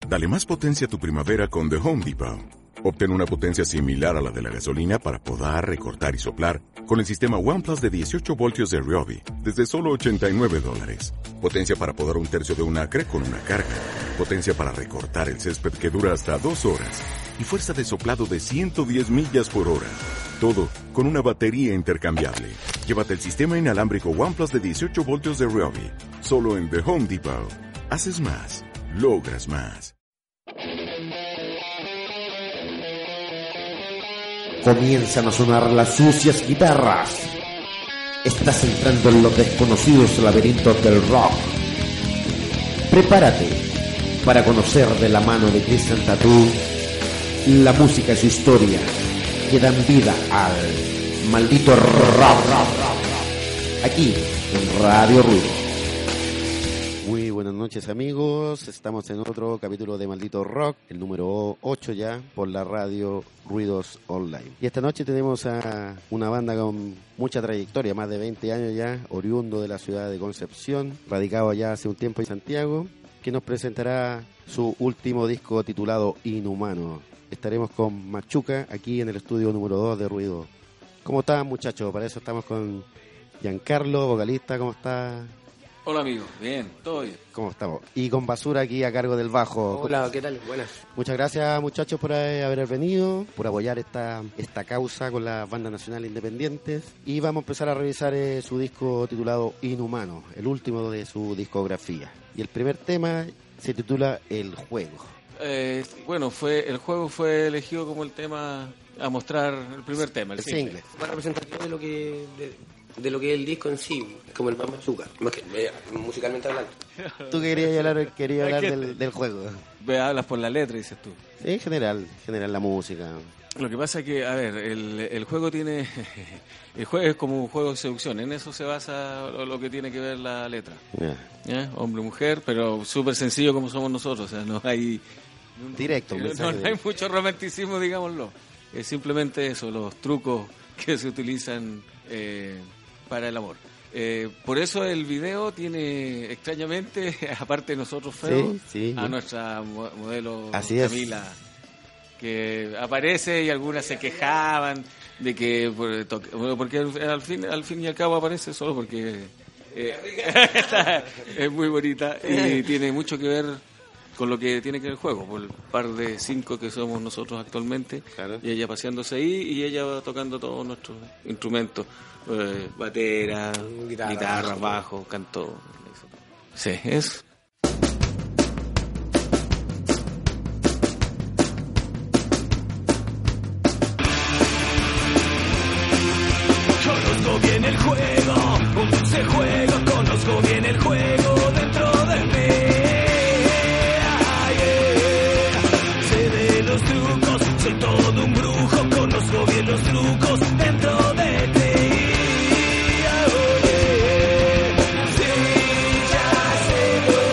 Dale más potencia a tu primavera con The Home Depot. Obtén una potencia similar a la de la gasolina para podar, recortar y soplar con el sistema OnePlus de 18 voltios de Ryobi desde solo $89. Potencia para podar 1/3 de un acre con una carga. Potencia para recortar el césped que dura hasta 2 horas. Y fuerza de soplado de 110 millas por hora. Todo con una batería intercambiable. Llévate el sistema inalámbrico OnePlus de 18 voltios de Ryobi. Solo en The Home Depot. Haces más. Logras más. Comienzan a sonar las sucias guitarras. Estás entrando en los desconocidos laberintos del rock. Prepárate para conocer de la mano de Cristian Tatú la música y su historia que dan vida al maldito rock. Aquí en Radio Ruido. Muy buenas noches, amigos, estamos en otro capítulo de Maldito Rock, el número 8 ya, por la radio Ruidos Online. Y esta noche tenemos a una banda con mucha trayectoria, más de 20 años ya, oriundo de la ciudad de Concepción, radicado allá hace un tiempo en Santiago, que nos presentará su último disco titulado Inhumano. Estaremos con Machuca aquí en el estudio número 2 de Ruido. ¿Cómo están, muchachos? Para eso estamos con Giancarlo, vocalista, ¿cómo está? Hola amigo, bien, todo bien. ¿Cómo estamos? Y con Basura aquí a cargo del bajo. Hola, ¿qué tal? Buenas. Muchas gracias, muchachos, por haber venido, por apoyar esta causa con las bandas nacionales independientes. Y vamos a empezar a revisar su disco titulado Inhumano, el último de su discografía. Y el primer tema se titula El Juego. Bueno, el juego fue elegido como el tema a mostrar, el primer tema, el single. Más representativo de lo que es el disco en sí, como el más Machuca, más que musicalmente hablando. ¿Tú querías hablar del juego? Hablas por la letra, dices tú. Sí, en general la música. Lo que pasa es que, a ver, el juego tiene... El juego es como un juego de seducción, en eso se basa lo que tiene que ver la letra. ¿Ya? Hombre, mujer, pero súper sencillo como somos nosotros, o sea, no hay... Directo. No hay mucho romanticismo, digámoslo. Es simplemente eso, los trucos que se utilizan para el amor. Por eso el video tiene, extrañamente, aparte de nosotros feos, sí. a nuestra modelo Así Camila, que aparece y algunas se quejaban de que porque al fin y al cabo aparece solo porque es muy bonita y tiene mucho que ver con lo que tiene que ver el juego, por el par de 5 que somos nosotros actualmente. Claro. Y ella paseándose ahí y ella tocando todos nuestros instrumentos, batera, guitarra, bajo, canto. Sí, es... Conozco bien el juego, un dulce juego, conozco bien el juego dentro de mí. Los trucos, soy todo un brujo, conozco bien los trucos dentro de ti. Sí, ya sé.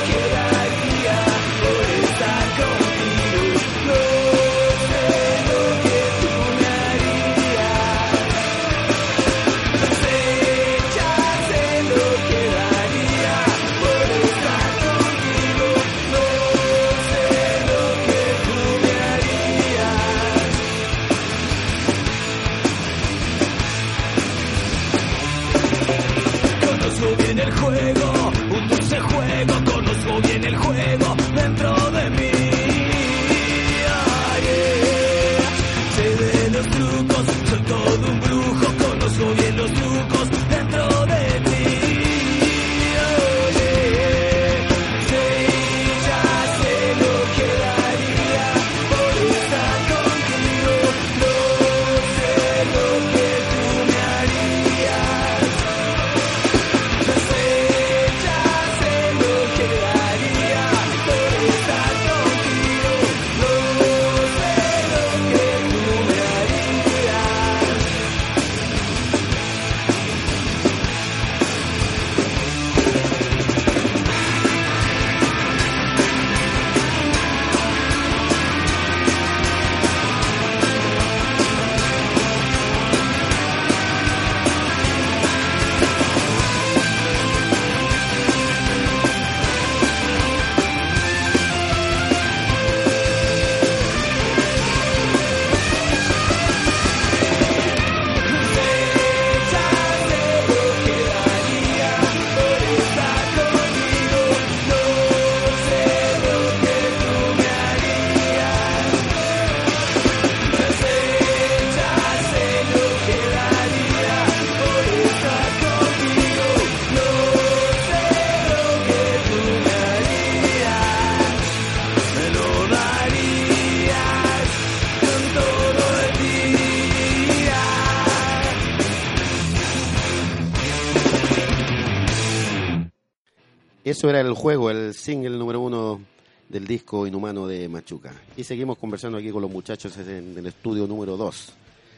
Eso era el juego, el single número 1 del disco Inhumano de Machuca. Y seguimos conversando aquí con los muchachos en el estudio número 2.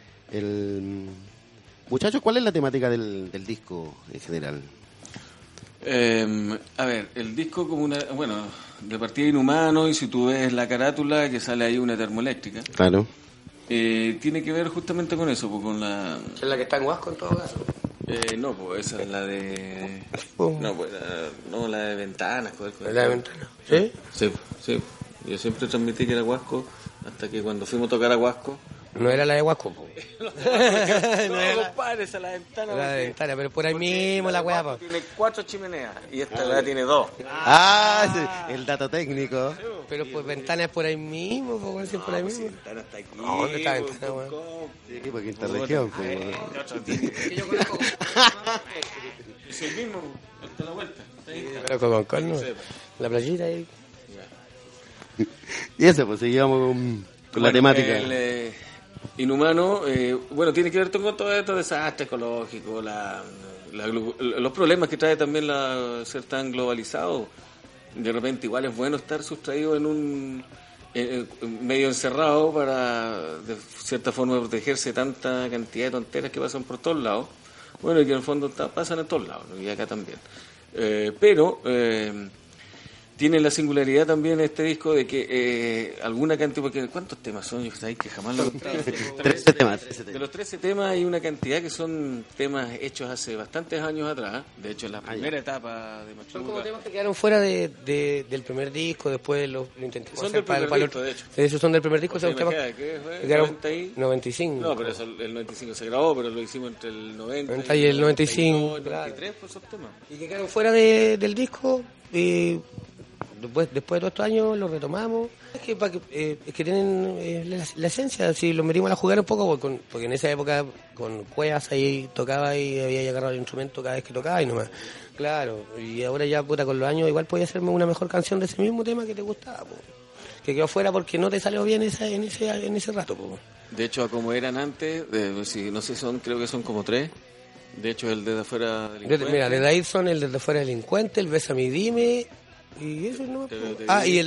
Muchachos, ¿cuál es la temática del disco en general? A ver, el disco como de partida Inhumano, y si tú ves la carátula que sale ahí una termoeléctrica. Claro. Tiene que ver justamente con eso, pues con la... ¿Es la que está en Huasco en todo caso? No, pues esa es la de... No, pues la de Ventanas. ¿La de Ventanas? ¿Sí? Sí. Yo siempre transmití que era Huasco, hasta que cuando fuimos a tocar a Huasco... No era la de Huasco, po. No, compadre, esa es la Ventana. La de Ventana, pero por ahí mismo la weá, po. Tiene 4 chimeneas y esta weá tiene 2. Sí, el dato técnico. Pero pues Ventana es por ahí mismo, po, es por ahí mismo. Ventana está aquí. ¿Dónde está Ventana, weón? Sí, por quinta región. Es el mismo, hasta la vuelta. Pero con Concón, ¿no? La playita ahí. Y eso, pues seguíamos con la temática. El Inhumano, tiene que ver con todo esto, desastre ecológico, los problemas que trae también ser tan globalizado. De repente igual es bueno estar sustraído en un medio encerrado para de cierta forma protegerse de tanta cantidad de tonteras que pasan por todos lados. Bueno, y que en el fondo pasan en todos lados, y acá también. Pero tiene la singularidad también este disco de que alguna cantidad, porque ¿cuántos temas son? Yo sabéis que jamás lo he contado. 13 temas. De los 13 temas hay una cantidad que son temas hechos hace bastantes años atrás. De hecho, en la primera etapa de Machuca. Son como temas que quedaron fuera del primer disco, después lo intentamos son hacer del primer disco, de hecho. Esos son del primer disco, son temas ¿qué fue? que quedaron 95. No, pero el 95 se grabó, pero lo hicimos entre el 90 y el 95. El 93 fue esos temas. Y que quedaron fuera del disco. Después de todos estos años lo retomamos. Es que tienen la esencia. Si los metimos a jugar un poco, porque en esa época con Cuevas ahí tocaba y había agarrado el instrumento cada vez que tocaba y nomás. Claro, y ahora ya con los años igual podía hacerme una mejor canción de ese mismo tema que te gustaba, po. Que quedó fuera porque no te salió bien en ese rato, po. De hecho, como eran antes, no sé, creo que son como 3. De hecho, el Desde Afuera Delincuente. Mira, desde ahí son el Desde Afuera Delincuente, el Bésame y Dime. Y eso no y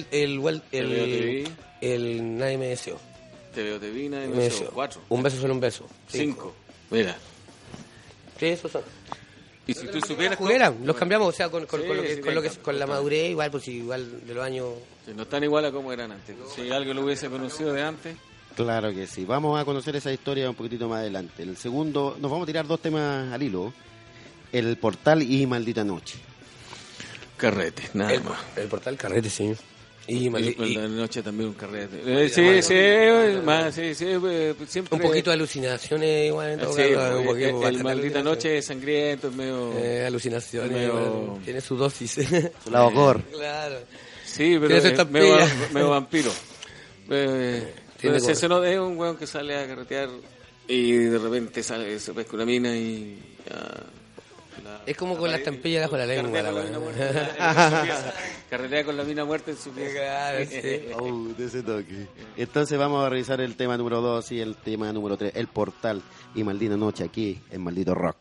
el Nadie me deseó. Te veo, te vi, nadie me deseó. 4. Un beso solo un beso. 5. Mira. Sí, esos son. Y si tú supieras los cambiamos, o sea, con la madurez, igual, pues igual de los años. Sí, no están igual a como eran antes. Si alguien lo hubiese conocido de antes. Claro que sí. Vamos a conocer esa historia un poquitito más adelante. El segundo, nos vamos a tirar 2 temas al hilo. El Portal y Maldita Noche. Carrete, nada más. El Portal, carrete, sí. Y la noche también un carrete. Sí, siempre. Un poquito de alucinaciones, igual. El Maldita Noche es sangriento, es medio. Alucinaciones, medio... tiene su dosis. Su lado gore. Claro. Sí, pero es medio vampiro. Se nos es un weón que sale a carretear y de repente se pesca una mina y. Es como con la estampilla bajo la lengua. Carretea con la mina muerta en su pieza. Claro, sí. De ese toque. Entonces vamos a revisar el tema número 2 y el tema número 3, El Portal y Maldita Noche, aquí en Maldito Rock.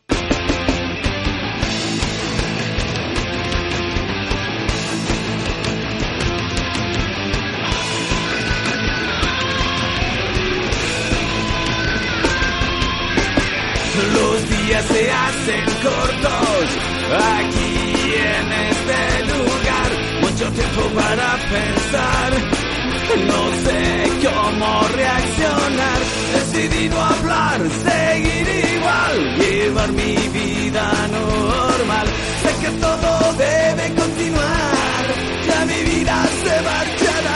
Los días se hacen cortos aquí en este lugar. Mucho tiempo para pensar, no sé cómo reaccionar. Decidí no hablar, seguir igual, llevar mi vida normal. Sé que todo debe continuar, ya mi vida se marchará.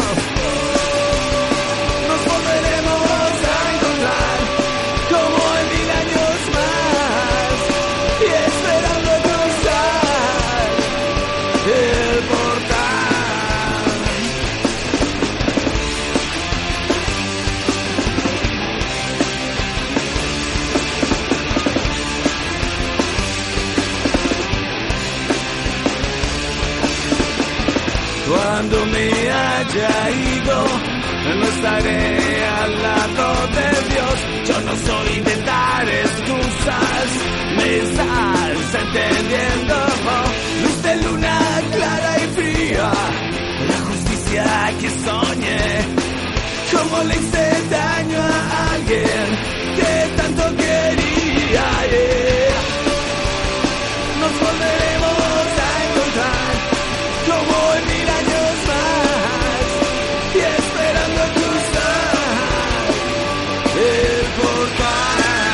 Nos volveremos a encontrar como en 1000 años más y esperando cruzar el portal. Cuando me haya ido, no estaré al lado de Dios. Yo no soy de dar excusas, me estás entendiendo. Luz de luna clara y fría, la justicia que soñé. Cómo le hice daño a alguien que tanto quería. Nos volveremos a encontrar como en 1000 años más, y esperando cruzar el portal.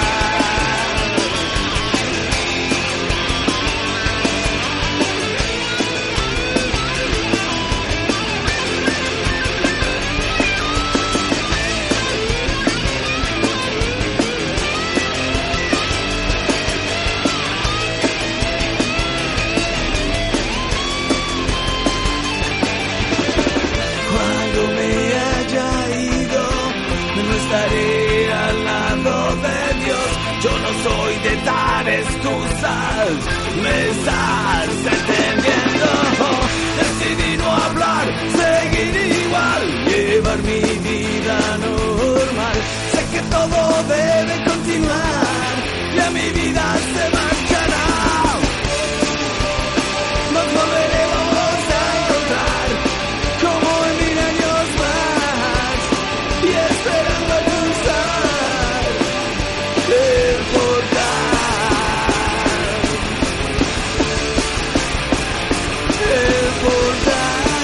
Estaré al lado de Dios. Yo no soy de dar excusas, me estás entendiendo. Decidí no hablar, seguir igual, llevar mi vida normal. Sé que todo debe continuar, ya mi vida se marchará. Nos volveremos a encontrar como en 1000 años más, y esperando a cruzar el portal. El portal.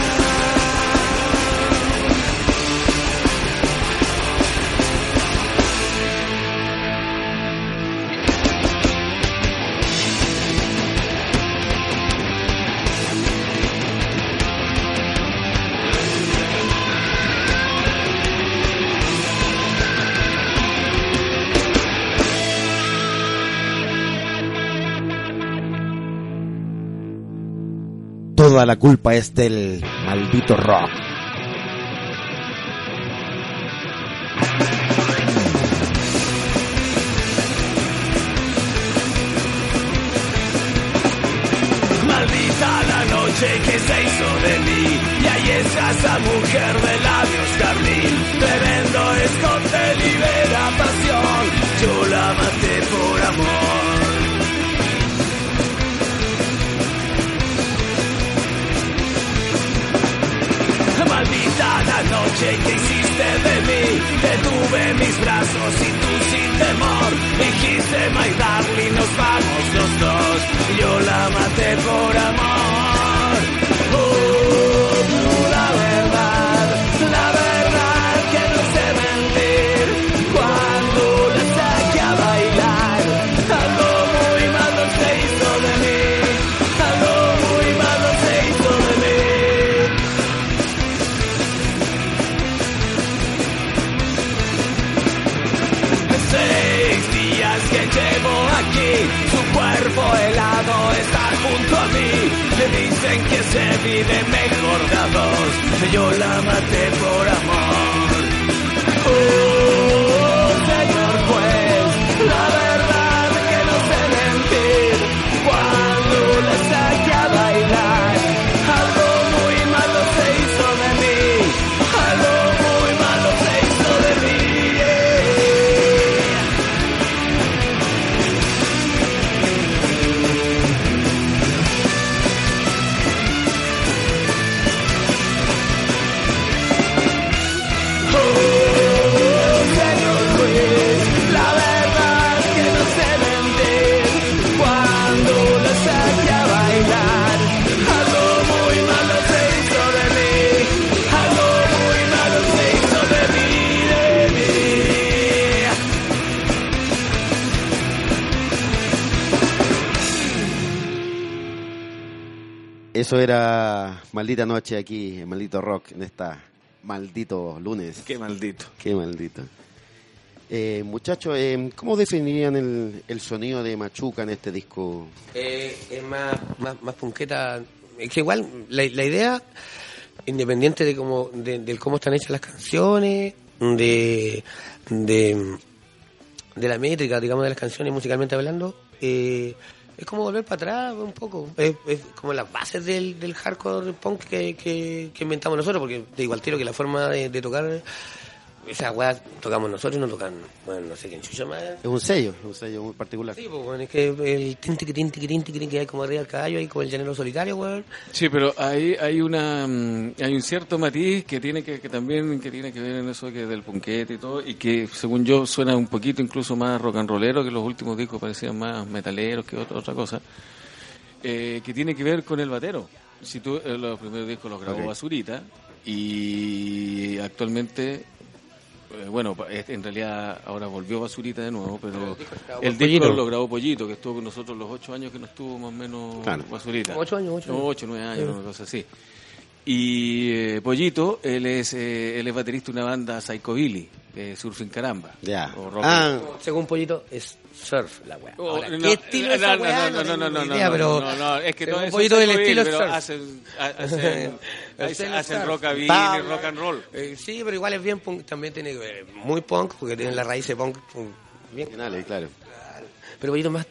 Toda la culpa es del maldito rock. Maldita la noche que se hizo de mí, y ahí está esa mujer de labios carmín. Tremendo escote libera pasión, yo la maté por amor. Maldita la noche que hiciste de mí, detuve mis brazos y tú sin temor dijiste, my darling, nos vamos los dos, yo la maté por amor. La verdad que no sé mentir, cuando la saqué a bailar, algo muy malo se hizo de mí, algo muy malo se hizo de mí. 6 días que llevo aquí, su cuerpo helado está junto a mí. Me dicen que se vive mejor de a dos, yo la maté por amor. Señor juez, la verdad que no sé mentir, cuando la saqué a bailar, algo muy malo se hizo de mí, algo muy malo se hizo de mí. Eso era Maldita Noche aquí, en Maldito Rock, en esta maldito lunes. Qué maldito. Qué maldito. Muchachos, ¿cómo definirían el sonido de Machuca en este disco? Es más punqueta. Es que igual la idea, independiente de cómo están hechas las canciones, de la métrica, digamos, de las canciones musicalmente hablando, es como volver para atrás un poco. Es como las bases del hardcore punk que inventamos nosotros, porque de igual tiro que la forma de tocar esa weá tocamos nosotros y no tocan, bueno, no sé quién chucha más. Es un sello muy particular. Sí, pues, bueno, es que el tintiquitín que hay como arriba del caballo y como el llanero solitario, weón. Sí, pero hay un cierto matiz que tiene que también que tiene que ver en eso que del punquete y todo, y que según yo suena un poquito incluso más rock and rollero, que los últimos discos parecían más metaleros que otra cosa, que tiene que ver con el batero. Si tú los primeros discos los grabó Basurita y actualmente bueno, en realidad ahora volvió Basurita de nuevo, pero el disco lo grabó Pollito, que estuvo con nosotros los 8 años que no estuvo más o menos Basurita. 8 años. 8, 9 años, una cosa así. Y Pollito, él es baterista de una banda Psychobilly, Surfing Caramba. Ya. Según Pollito es surf la weá. No, ¿qué estilo es esa weá? No, es que según Pollito el estilo es surf. Hacen rockabilly, rock and roll. Sí, pero igual es bien punk, también tiene muy punk, porque tiene la raíz de punk bien. Claro. Pero Pollito más...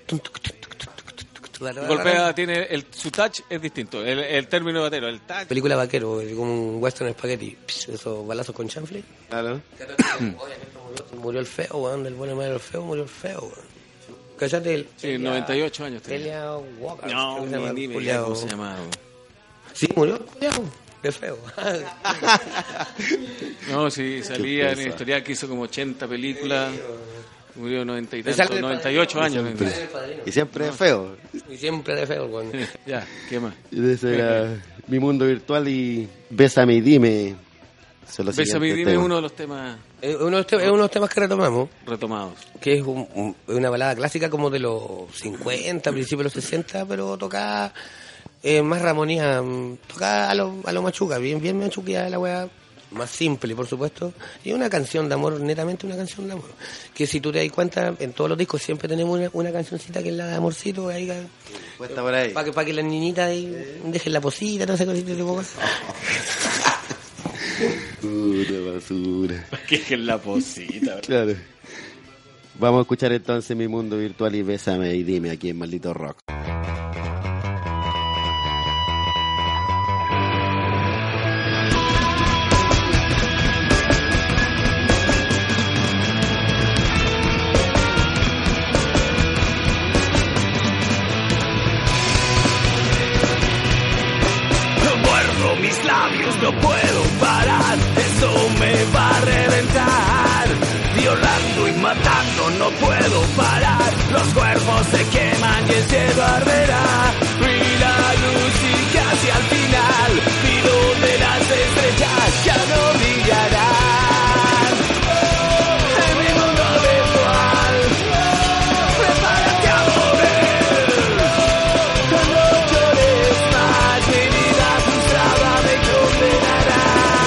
Golpea, tiene su touch es distinto, el término batero, el touch. Película vaquero, como un western spaghetti, esos balazos con chanfle. Claro. Murió el feo, weón, del bueno del feo, murió el feo, weón. ¿Cállate? Sí, 98 años tenía. Elia Walker. No, dime cómo se llamaba. Sí, murió el feo. No, sí, salía en el historial que hizo como 80 películas. Murió 90 y tanto, 98 años. Y siempre es feo. Y siempre es feo, weón. Ya, ¿qué más? Ese era Mi Mundo Virtual y Bésame y Dime. Bésame y Dime es uno de los temas... Es uno de los temas que retomados. Que es una balada clásica como de los 50, principios de los 60, pero tocada más ramonía, tocada a lo machuca, bien machuqueada la weá. Más simple, por supuesto, y una canción de amor, netamente una canción de amor. Que si tú te das cuenta, en todos los discos siempre tenemos una cancioncita que es la de amorcito, ahí, cuesta por ahí. Para que las niñitas ahí dejen la posita, no sé, cositas de cosas. Pura basura. ¿Qué es la posita? Claro. Vamos a escuchar entonces Mi Mundo Virtual y Bésame y Dime aquí en Maldito Rock. Mis labios no puedo parar, eso me va a reventar. Violando y matando no puedo parar, los cuerpos se queman y el cielo arderá. Y la luz y casi al final, pido de las estrellas ya no brillarán. En mi mundo virtual, prepárate a morir. Cuando llores más, mi vida frustrada me condenará.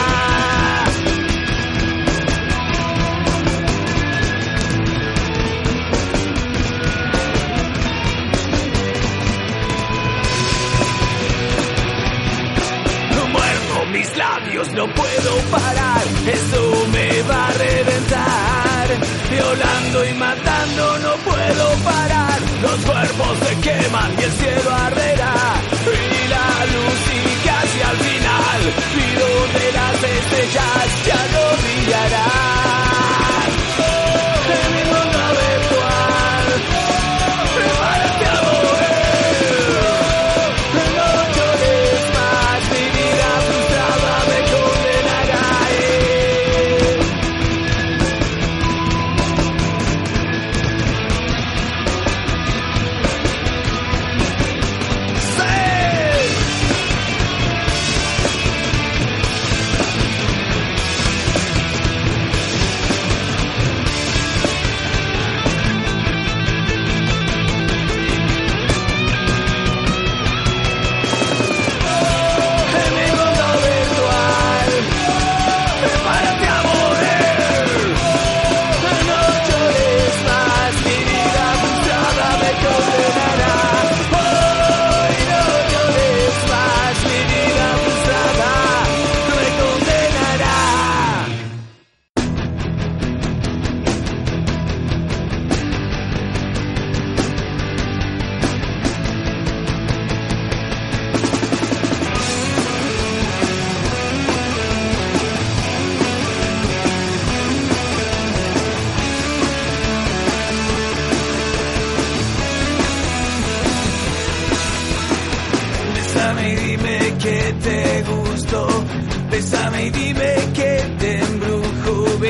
Muerdo mis labios, no puedo parar, esto me va a reventar. Violando y matando no puedo parar, los cuerpos se queman y el cielo arderá. Y la luz y casi al final, pido de las estrellas ya no brillarán. En mi mundo virtual, prepárate a morir. No llores más, mi vida frustrada me condenará. En mi mundo virtual, prepárate a morir. No llores más, mi vida frustrada me condenará. Hoy no llores más, mi vida frustrada me condenará.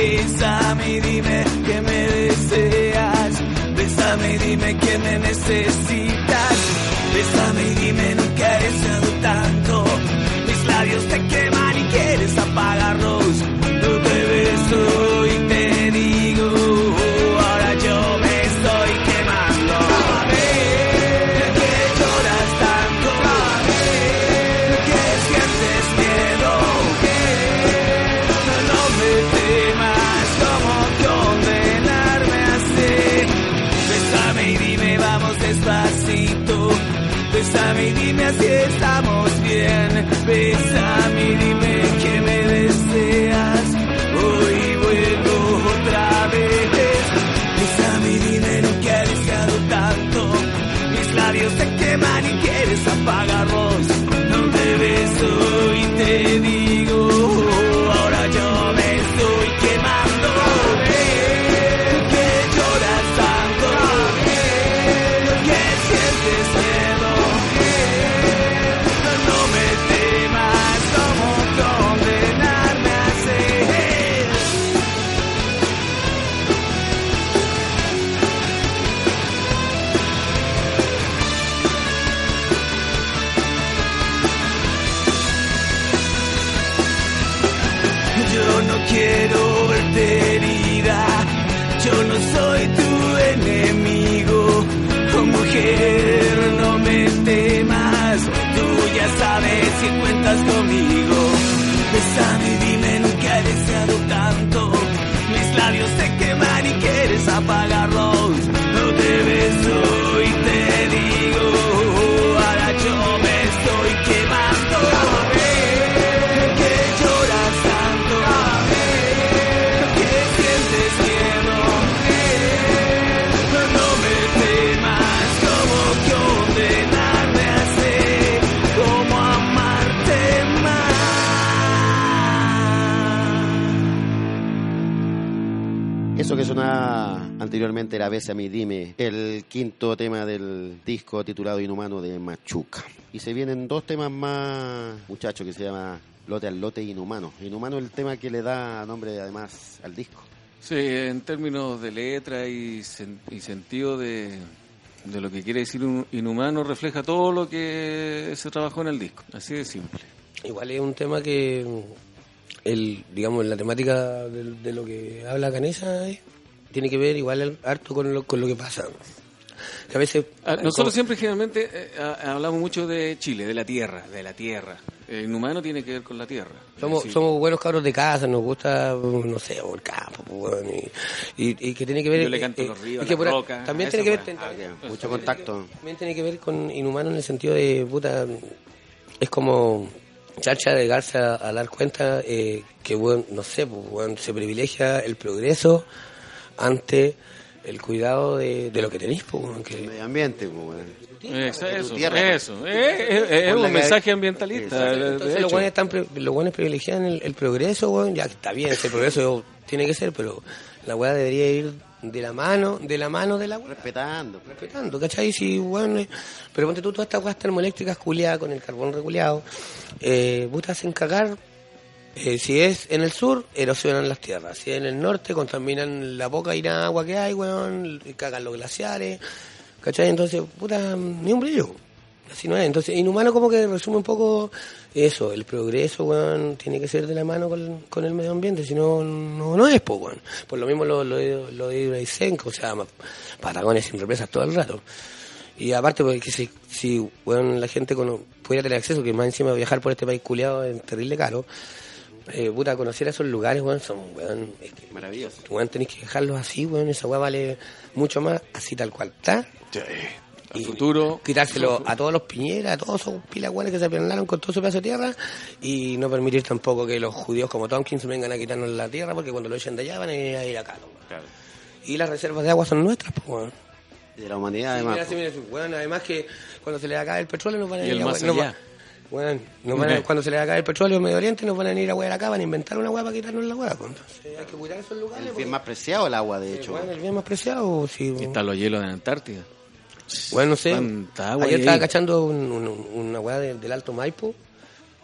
Bésame y dime que me deseas. Bésame y dime que me necesitas. Bésame y dime nunca he deseado tanto. Mis labios te queman y quieres apagarlos. Yo te beso y te digo, ahora yo me estoy quemando. Que lloras tanto, que sientes miedo. No me temas, como condenarme así. Bésame y dime, vamos despacito. Bésame y dime así estamos bien. Bésame y dime que me deseas. Hoy vuelvo otra vez. Bésame y dime nunca he deseado tanto. Mis labios te queman y quieres apagarlos. No te beso y te digo, ahora yo me estoy quemando. Que lloras tanto, que sientes miedo. No me temas, como condenarme así. Yo no quiero verte herida, yo no soy tu enemigo. Oh, mujer, no me temas, tú ya sabes si cuentas conmigo. Bésame y dime, nunca he deseado tanto. Mis labios te queman y quieres apagarlos. No te beso y te digo, ahora yo me estoy quemando. Que lloras tanto, que sientes miedo. No me temas, como condenarme así, como amarte más. Eso que sonaba anteriormente era Bésame y dime, el quinto tema del disco titulado Inhumano de Machuca. Y se vienen dos temas más, muchachos, que se llama Lote al Lote y Inhumano. Inhumano es el tema que le da nombre además al disco. Sí, en términos de letra y sentido de lo que quiere decir un Inhumano, refleja todo lo que se trabajó en el disco. Así de simple. Igual es un tema que, digamos, la temática de lo que habla Canesa tiene que ver igual harto con lo que pasa. Que a veces nosotros siempre generalmente hablamos mucho de Chile, de la tierra. Inhumano tiene que ver con la tierra. Somos buenos cabros de casa, nos gusta, no sé, el campo, bueno, y que tiene que ver. Yo le canto los ríos, las rocas. También tiene que ver. Mucho contacto. También tiene que ver con Inhumano en el sentido de, puta, es como chacha de Garza a dar cuenta que, bueno, no sé, pues, bueno, se privilegia el progreso ante el cuidado de lo que tenéis, pues, bueno, que El medio ambiente, pues, bueno. Eso. Es un mensaje ambientalista. Entonces los buenos privilegian el progreso, bueno, ya está bien, ese progreso tiene que ser, pero la weá debería ir de la mano de la weá. Respetando, ¿cachai? Sí, bueno, pero ponte tú todas estas weas termoeléctricas culiadas con el carbón reculeado, puta, hacen cagar. Si es en el sur, erosionan las tierras. Si es en el norte, contaminan la poca agua que hay, weón, cagan los glaciares, ¿cachai? Entonces, puta, ni un brillo. Así no es. Entonces, Inhumano como que resume un poco eso, el progreso, weón, tiene que ser de la mano con el medio ambiente, si no, no es, pues, weón. Por lo mismo lo de Ibraizenco, o sea, Patagones sin represas todo el rato. Y aparte, porque si weón, la gente pudiera tener acceso, que más encima viajar por este país culiado es terrible caro, puta, conocer esos lugares, weón, son, weón, es que Maravilloso. Weón, tenés que dejarlos así, weón, esa weá vale mucho más, así tal cual está. Sí. Al futuro. Quitárselo a todos los Piñera, a todos esos pilas weones que se apianaron con todo su pedazo de tierra, y no permitir tampoco que los judíos como Tompkins vengan a quitarnos la tierra, porque cuando lo echen de allá van a ir acá, weón. Claro. Y las reservas de agua son nuestras, pues, weón. De la humanidad, además. Mira, bueno, además que cuando se les acabe el petróleo nos van a ir a bueno, cuando se les acabe el petróleo en Medio Oriente nos van a ir a huear acá, van a inventar una hueá para quitarnos la hueá. Pues. Entonces hay que cuidar esos lugares. El bien más preciado el agua, de hecho. Bueno, el bien más preciado, sí. Y están los hielos de Antártida. Bueno, no sé. Ayer estaba cachando una hueá del Alto Maipo.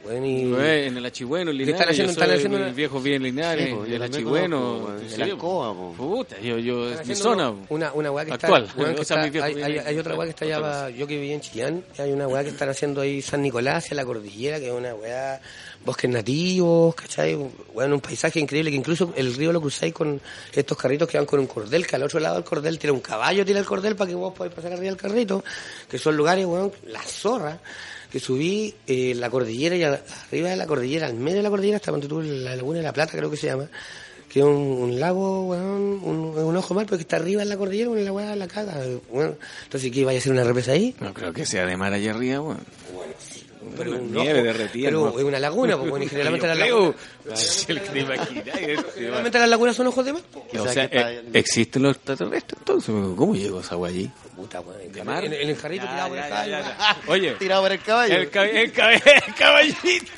Bueno, y en el Achigüeno, en ¿Qué Linares. están haciendo El viejo bien Linares, Sí, el Achigüeno. en la Alcoa, po. Puta, yo están es mi haciendo zona. una weá que actual. está, weón, que O sea, mi está- viejo viene hay otra weá que está allá, yo que viví en Chillán, hay una weá que están haciendo ahí San Nicolás hacia la cordillera, que es una weá, bosques nativos, ¿cachai? Weón, un paisaje increíble, que incluso el río lo cruzáis con estos carritos que van con un cordel, que al otro lado del cordel tira un caballo, tira el cordel para que vos podáis pasar arriba del carrito, que son lugares, weón, la zorra, que subí la cordillera y arriba de la cordillera, al medio de la cordillera, hasta donde tú, la Laguna de la Plata creo que se llama, que es un lago, weón, un ojo mar, pero que está arriba en la cordillera, una la weá la caga, weón. Entonces, ¿qué vaya a hacer una represa ahí? No creo que sea de mar allá arriba, weón. Pero un nieve ojo, derretida. pero ¿no? es una laguna, pues, bueno, y generalmente Yo las creo. lagunas, El que te imagináis, generalmente las lagunas son ojos de mar, po. O O sea, sea, que está- ¿existen los extraterrestres entonces? ¿Cómo llegó esa agua allí? Puta, weón, ¿De mar? en el jarrito Ya, tirado por ya, acá, ya, y- ya. Oye, Tirado por el caballo. el caballito.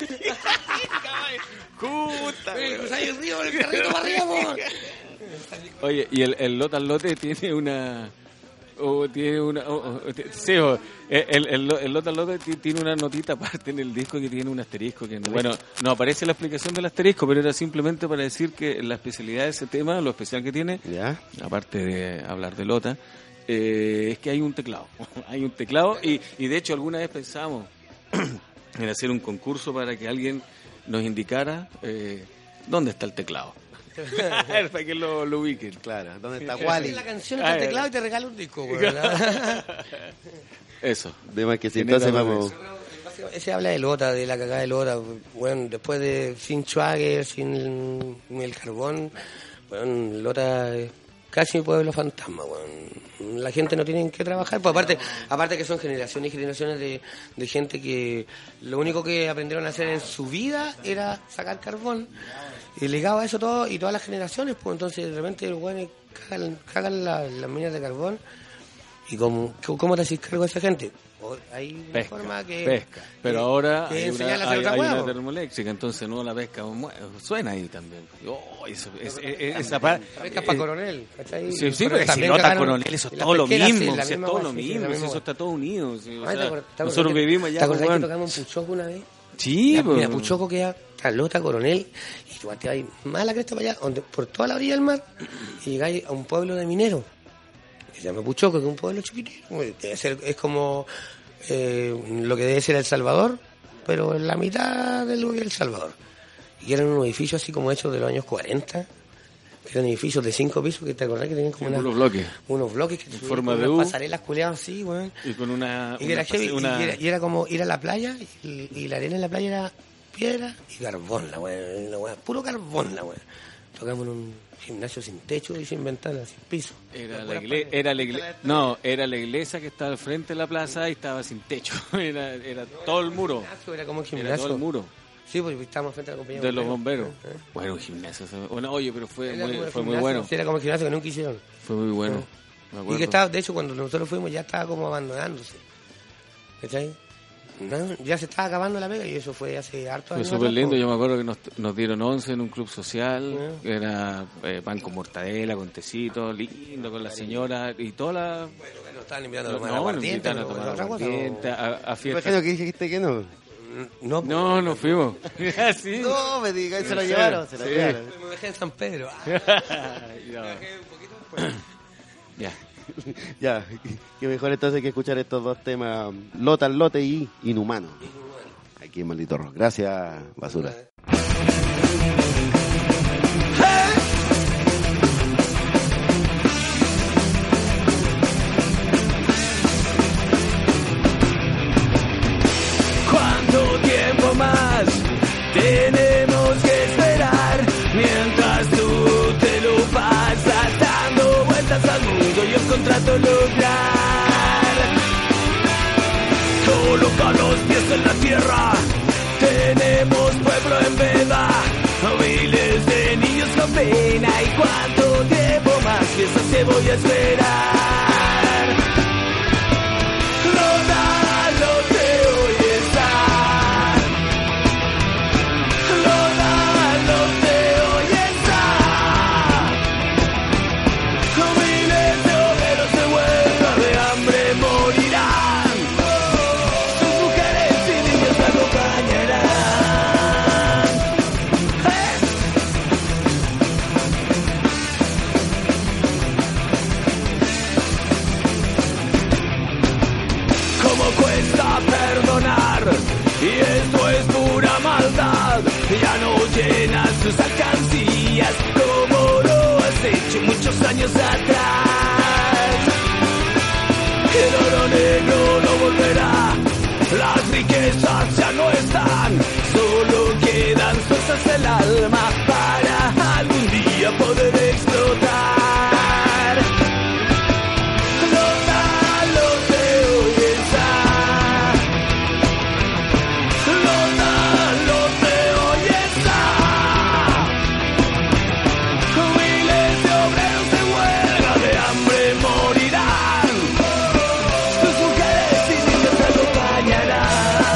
Puta, Oye, weón. cruzáis el río con el carrito para arriba, po. Oye, y el Lota al Lote tiene una... sí, el Lota al Lote tiene una notita aparte en el disco que tiene un asterisco. Que bueno, no aparece la explicación del asterisco, pero era simplemente para decir que la especialidad de ese tema, lo especial que tiene, ¿Ya? aparte de hablar de Lota, es que hay un teclado. Hay un teclado y de hecho alguna vez pensamos en hacer un concurso para que alguien nos indicara dónde está el teclado. Para que lo ubiquen. Claro. ¿Dónde está Wally. Wally? La canción está el teclado y te regala un disco, weón. Eso. De más que si Genera entonces vamos... Ese habla de Lota, de la cagada de Lota. Bueno, después de sin Schwager, sin el carbón, bueno, Lota es casi mi pueblo fantasma, bueno. La gente no tiene que trabajar, pues aparte que son generaciones y generaciones de gente que lo único que aprendieron a hacer en su vida era sacar carbón. Y ligado a eso todo, y todas las generaciones, pues entonces de repente los güeyes cagan las minas de carbón. ¿Y cómo te haces cargo de esa gente? Hay una forma que... pesca. Pero ahora que hay enseñarle a una, hacer otra hay hueá, una po. termoeléctrica, entonces no la pesca suena ahí también. Oh, esa parte... La pesca para Coronel, ¿cachai? Sí, pero si también Lota cagaron- Coronel, eso es y la todo lo pesquera, sí, mismo, la si es misma todo hueá, lo sí, sí, mismo, la si misma eso hueá. está todo unido. Sí, o Ay, sea, ¿te acordás nosotros que- vivimos ¿te allá, acordás que weón. tocamos en Puchoco una vez? Sí, Ya, pues. mira, Puchoco queda a Lota, Coronel, y tú te vas más a la cresta para allá, por toda la orilla del mar, y llegáis a un pueblo de mineros, que se llama Puchoco, que es un pueblo chiquitito, es como lo que debe ser El Salvador, pero en la mitad de lo que es El Salvador. Y eran unos edificios así como hechos de los años 40, que eran edificios de 5 pisos, que te acordás que tenían como Unos bloques. unos bloques que En forma con de unas U. pasarelas culeadas así, weón. Y con una... Y era heavy, una- y era como ir a la playa y la arena en la playa era piedra y carbón, la weá, puro carbón, la weá. Tocamos en un gimnasio sin techo y sin ventanas, sin piso. Era Puras la iglesia, no, era la iglesia que estaba al frente de la plaza y estaba sin techo. Era todo el muro. gimnasio, era como un Era todo gimnasio. el muro Sí, porque estábamos frente a la compañía de los bomberos. ¿Eh? Bueno, un gimnasio. Bueno, oye, pero fue Era como muy, el fue muy gimnasio, bueno. sí, era como el gimnasio que nunca hicieron. Fue muy bueno. Me Y acuerdo. que estaba, de hecho, cuando nosotros fuimos ya estaba como abandonándose. ¿Cachai? No, ya se estaba acabando la pega y eso fue hace harto Fue años. súper atrás, lindo, po. yo me acuerdo que nos dieron 11 en un club social, Yeah. era pan con mortadela, con tecito, lindo, con la señora y toda la... Nos estaban invitando a tomar nos aguardiente, invitaron a pero tomar otra cosa, aguardiente, a Me fiestas. imagino que dijiste que no. No, No, no fuimos. Sí. No, me digas, se lo Sí, llevaron, se lo sí. llevaron. me dejé en San Pedro. Ya. Ya, que mejor entonces que escuchar estos dos temas, Lota al Lote y Inhumano. Aquí en Maldito Rock. Gracias, basura. ¿Cuánto tiempo más tenemos que esperar? Mientras tú te lo pasas dando vueltas al mundo y un contrato lograr. Coloca los pies en la tierra, tenemos pueblo en veda, miles de niños con pena. ¿Y cuánto tiempo más piensas que voy a esperar? Lota, Lote, hoy está. Lota, Lote, hoy está. Miles de obreros de huelga de hambre morirán. Sus mujeres y niños la acompañarán. años atrás. El oro negro no volverá, las riquezas ya no están, solo quedan fuerzas del alma para algún día poder explotar. Los malos de hoy están, los malos de hoy están. Miles de obreros de huelga de hambre morirán, sus mujeres y niños se acompañarán.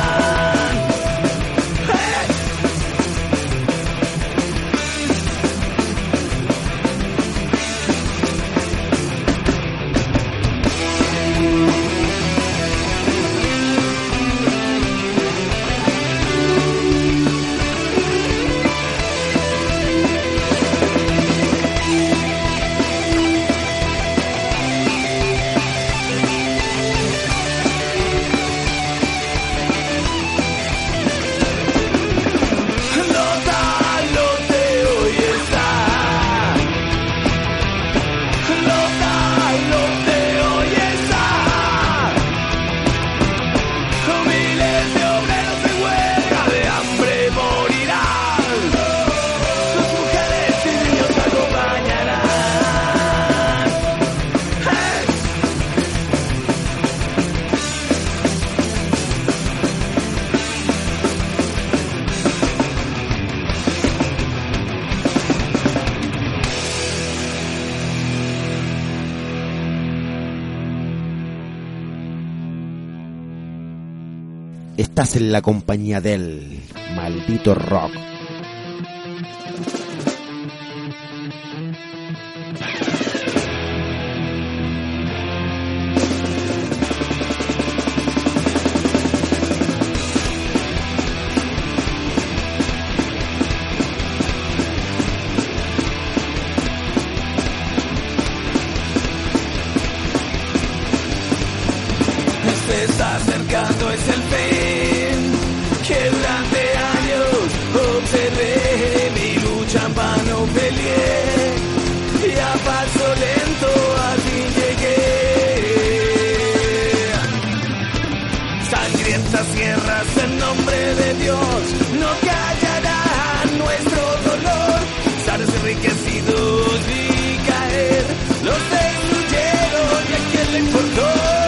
Estás en la compañía del maldito rock. Se está acercando, es el fin que durante años observé, mi lucha en vano peleé y a paso lento al fin llegué. Sangrientas guerras en nombre de Dios no callarán nuestro dolor. Sares enriquecidos vi caer, los destruyeron y a quién le importó.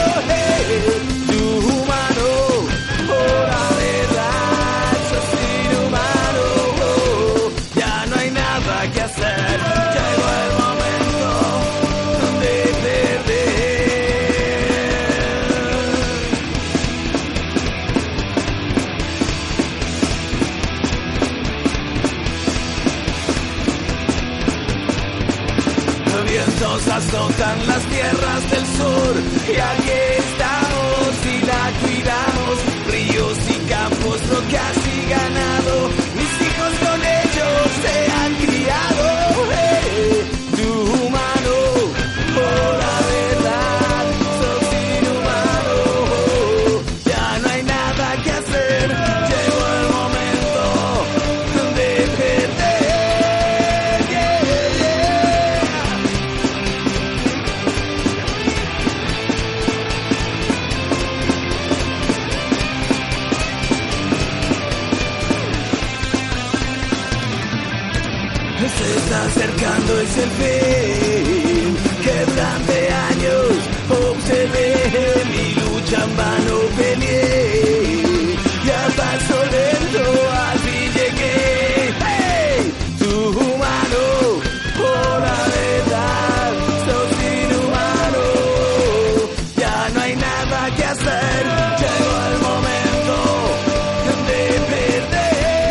Vientos azotan las tierras del sur y aquí estamos y la cuidamos. Ríos y campos, rocas y ganado, mis hijos con ellos se han criado. Tu humano, por la verdad, sos inhumano. Ya no hay nada que hacer, llegó el momento de perder. Se está acercando, es el fin que durante años observé, mi lucha en vano peleé y a paso lento al fin llegué. ¡Hey! Tu humano, por la verdad, sos inhumano. Ya no hay nada que hacer, llegó el momento de perder.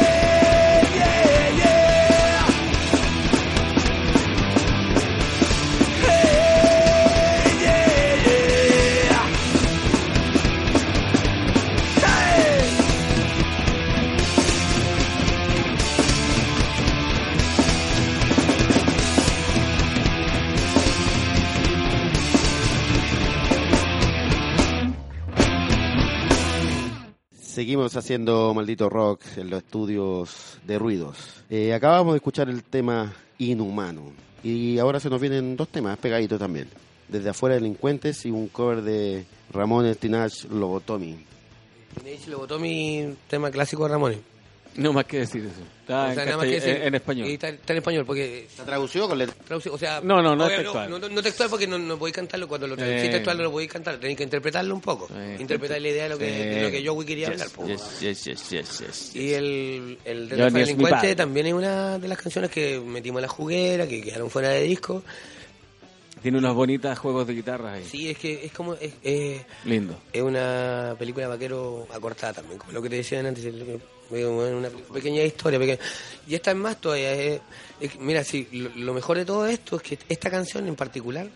Seguimos haciendo Maldito Rock en los estudios de Ruidos. Acabamos de escuchar el tema Inhumano. Y ahora se nos vienen 2 temas pegaditos también. Desde Afuera Delincuentes y un cover de Ramones Teenage Lobotomy. Teenage Lobotomy, tema clásico de Ramones. No más que decir eso. Está O sea, nada más que decir- en español. Y está en español, porque... ¿Está traducido con letra? O sea, No obvio, textual. No textual porque no podéis cantarlo. Cuando lo traducís textual no lo podéis cantar. Tenéis que interpretarlo un poco. Interpretar la idea de lo que yo quería hablar. Po. Yes. Y el de Johnny Rafael es mi Delincuente padre. también es una de las canciones que metimos en la juguera, que quedaron fuera de disco. Tiene unos bonitos juegos de guitarra ahí. Sí, es que es como... Lindo. Es una película de vaquero acortada también, como lo que te decían antes, una pequeña historia. Y esta es más todavía. Mira, sí, lo mejor de todo esto es que esta canción en particular,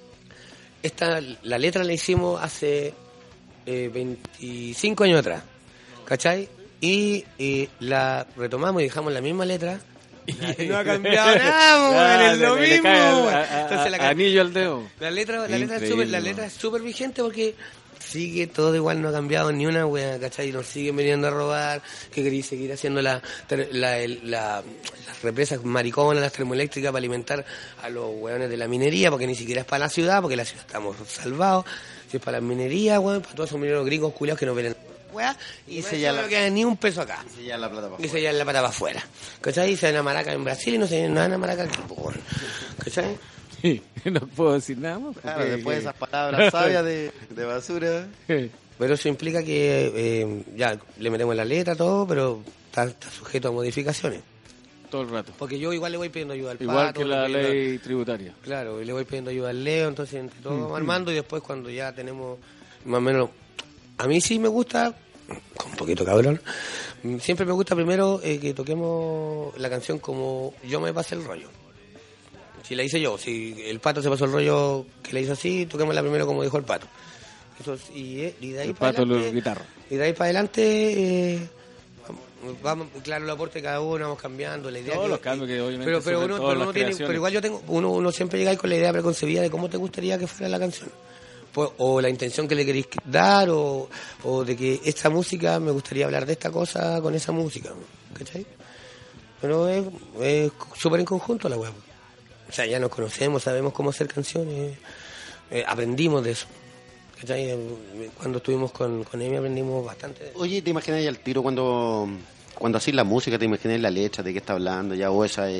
la letra la hicimos hace 25 años atrás, ¿cachai? Y la retomamos y dejamos la misma letra. Y no ha cambiado nada, es lo le mismo. cae Entonces, anillo al dedo. La letra Increíble, es súper vigente porque sigue todo igual, no ha cambiado ni una wea, ¿cachai? Nos siguen viniendo a robar, que queréis seguir haciendo las represas mariconas, las termoeléctricas para alimentar a los weones de la minería, porque ni siquiera es para la ciudad, porque la ciudad estamos salvados, si es para la minería, weón, para todos esos mineros gringos culiados que nos ven wea, y se ya no queda ni un peso acá. Y se lleva la plata para Y se llevan la pata para afuera. ¿Cachai? Se van a Maraca en Brasil y no se van a Maraca aquí, pues, ¿cachai? Sí, no puedo decir nada más. Claro, después de esas palabras sabias de basura. Pero eso implica que ya le metemos la letra, todo, pero está sujeto a modificaciones. Todo el rato. Porque yo igual le voy pidiendo ayuda al Igual Pato, que la le pido- ley tributaria. Claro, y le voy pidiendo ayuda al Leo, entonces entre todos vamos armando y después cuando ya tenemos más o menos... A mí sí me gusta, con un poquito cabrón, siempre me gusta primero que toquemos la canción como yo me pasé el rollo. Si la hice yo, si el Pato se pasó el rollo que la hizo así, toquémosla primero como dijo el Pato. Eso, y de ahí El para Pato, la adelante, guitarra. y de ahí para adelante vamos, claro, el aporte de cada uno, vamos cambiando la idea. Todos que- los cambios que obviamente pero surgen, uno, todas pero las uno tiene, creaciones. pero igual yo tengo, uno siempre llega ahí con la idea preconcebida de cómo te gustaría que fuera la canción. Pues, o la intención que le queréis dar, o de que esta música, me gustaría hablar de esta cosa con esa música, ¿cachai? Pero es súper en conjunto la web. O sea, ya nos conocemos, sabemos cómo hacer canciones, aprendimos de eso. ¿Cachai? Cuando estuvimos con Emi aprendimos bastante de eso. Oye, ¿te imaginas ya el tiro cuando haces la música, te imaginas la letra, de qué está hablando, ya, o esa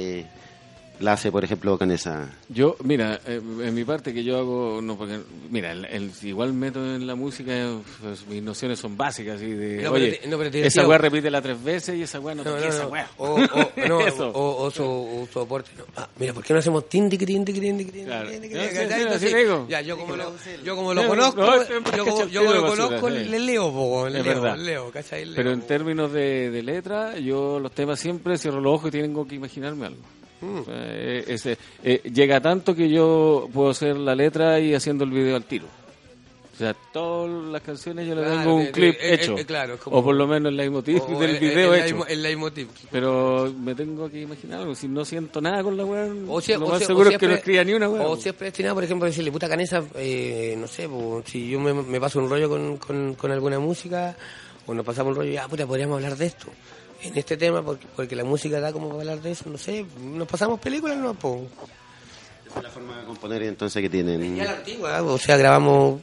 la hace, por ejemplo, con esa... Yo, mira, en mi parte que yo hago, no, porque, mira, el igual método en la música, pues, mis nociones son básicas, así de, No, oye, pero te esa decía- weá repítela 3 veces y esa weá no toque esa weá. Eso. O su aporte. No. Mira, ¿por qué no hacemos tin, tiqui, tin, tiqui, tin, tiqui, tin, Claro. tin, tiqui, No, tin, sí, ¿cachai? sí, Entonces, así digo. ya, yo como lo Sí, conozco, no, siempre yo que como chanteo de lo basura, conozco, sí. le leo, po, Es leo, verdad. leo, ¿cachai? Leo, Pero en po. términos de letra, yo los temas siempre cierro los ojos y tengo que imaginarme algo. O sea, llega tanto que yo puedo hacer la letra y haciendo el video al tiro. O sea, todas las canciones yo le Claro, tengo un clip hecho. claro, es como- o por lo menos el leitmotiv O del video hecho. El leitmotiv. Pero me tengo que imaginar algo. Si no siento nada con la weá, lo más o seguro es que siempre- no escriba ni una weá. O si es predestinado, por ejemplo, decirle, puta Canesa, no sé, po, si yo me paso un rollo con alguna música, o nos pasamos un rollo, ya, puta, podríamos hablar de esto. En este tema, porque la música da como para hablar de eso, no sé, nos pasamos películas, no, po. Esa es la forma de componer entonces que tienen. Ya la antigua, o sea, grabamos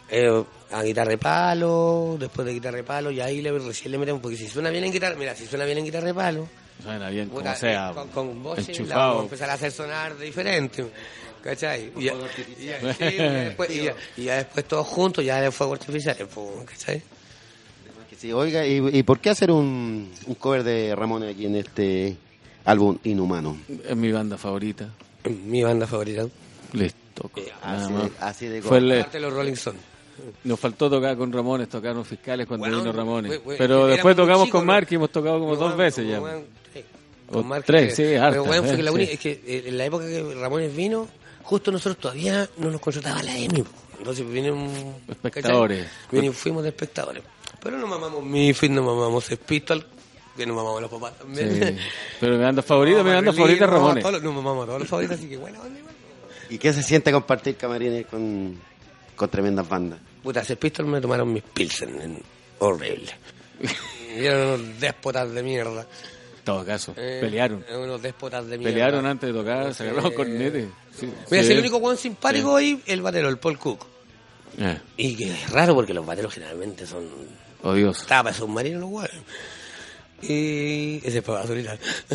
a guitarra de palo, después de guitarra de palo, y ahí recién le metemos, porque si suena bien en guitarra, mira, si suena bien en guitarra de palo, Suena bien, como puta, sea. con voces la vamos a enchufado. empezar a hacer sonar diferente, ¿cachai? Y ya después todos juntos, ya de fuego artificial, ¿cachai? Sí, oiga, ¿y por qué hacer un cover de Ramones aquí en este álbum Inhumano? Es mi banda favorita. Mi banda favorita. Listo. Nada más. Así de Fue el- Aparte de los Rolling Stones. Nos faltó tocar con Ramones, tocaron Fiscales cuando Bueno, vino Ramones. we- Pero éramos después muy tocamos chicos, con ¿no? Mark y hemos tocado como Pero 2 veces ya. sí. O Con Mark, 3, sí, pero hartas, bueno, fue que la sí. única, es que en la época que Ramones vino, justo nosotros todavía no nos contrataba la EMI. Po. Entonces vinimos... Espectadores. Fuimos de espectadores. Pero no mamamos Miffy, no mamamos Sex Pistols, que no mamamos los papás también. Sí. Pero mi banda favorita, mi banda favorita es Ramones. No mamamos a todos los favoritos, así que bueno, ¿dónde va? ¿Y qué se siente compartir camarines con tremendas bandas? Puta, Sex Pistols me tomaron mis Pilsen, horrible. Y eran unos déspotas de mierda. todo caso, pelearon. Unos déspotas de mierda. Pelearon antes de tocar, se agarraron cornetes. Sí. Mira, si el único weón simpático ahí, el batero, el Paul Cook. Y que es raro porque los bateros generalmente son... Odiosos. Tapas submarinos los weones. Y ese fue basurita.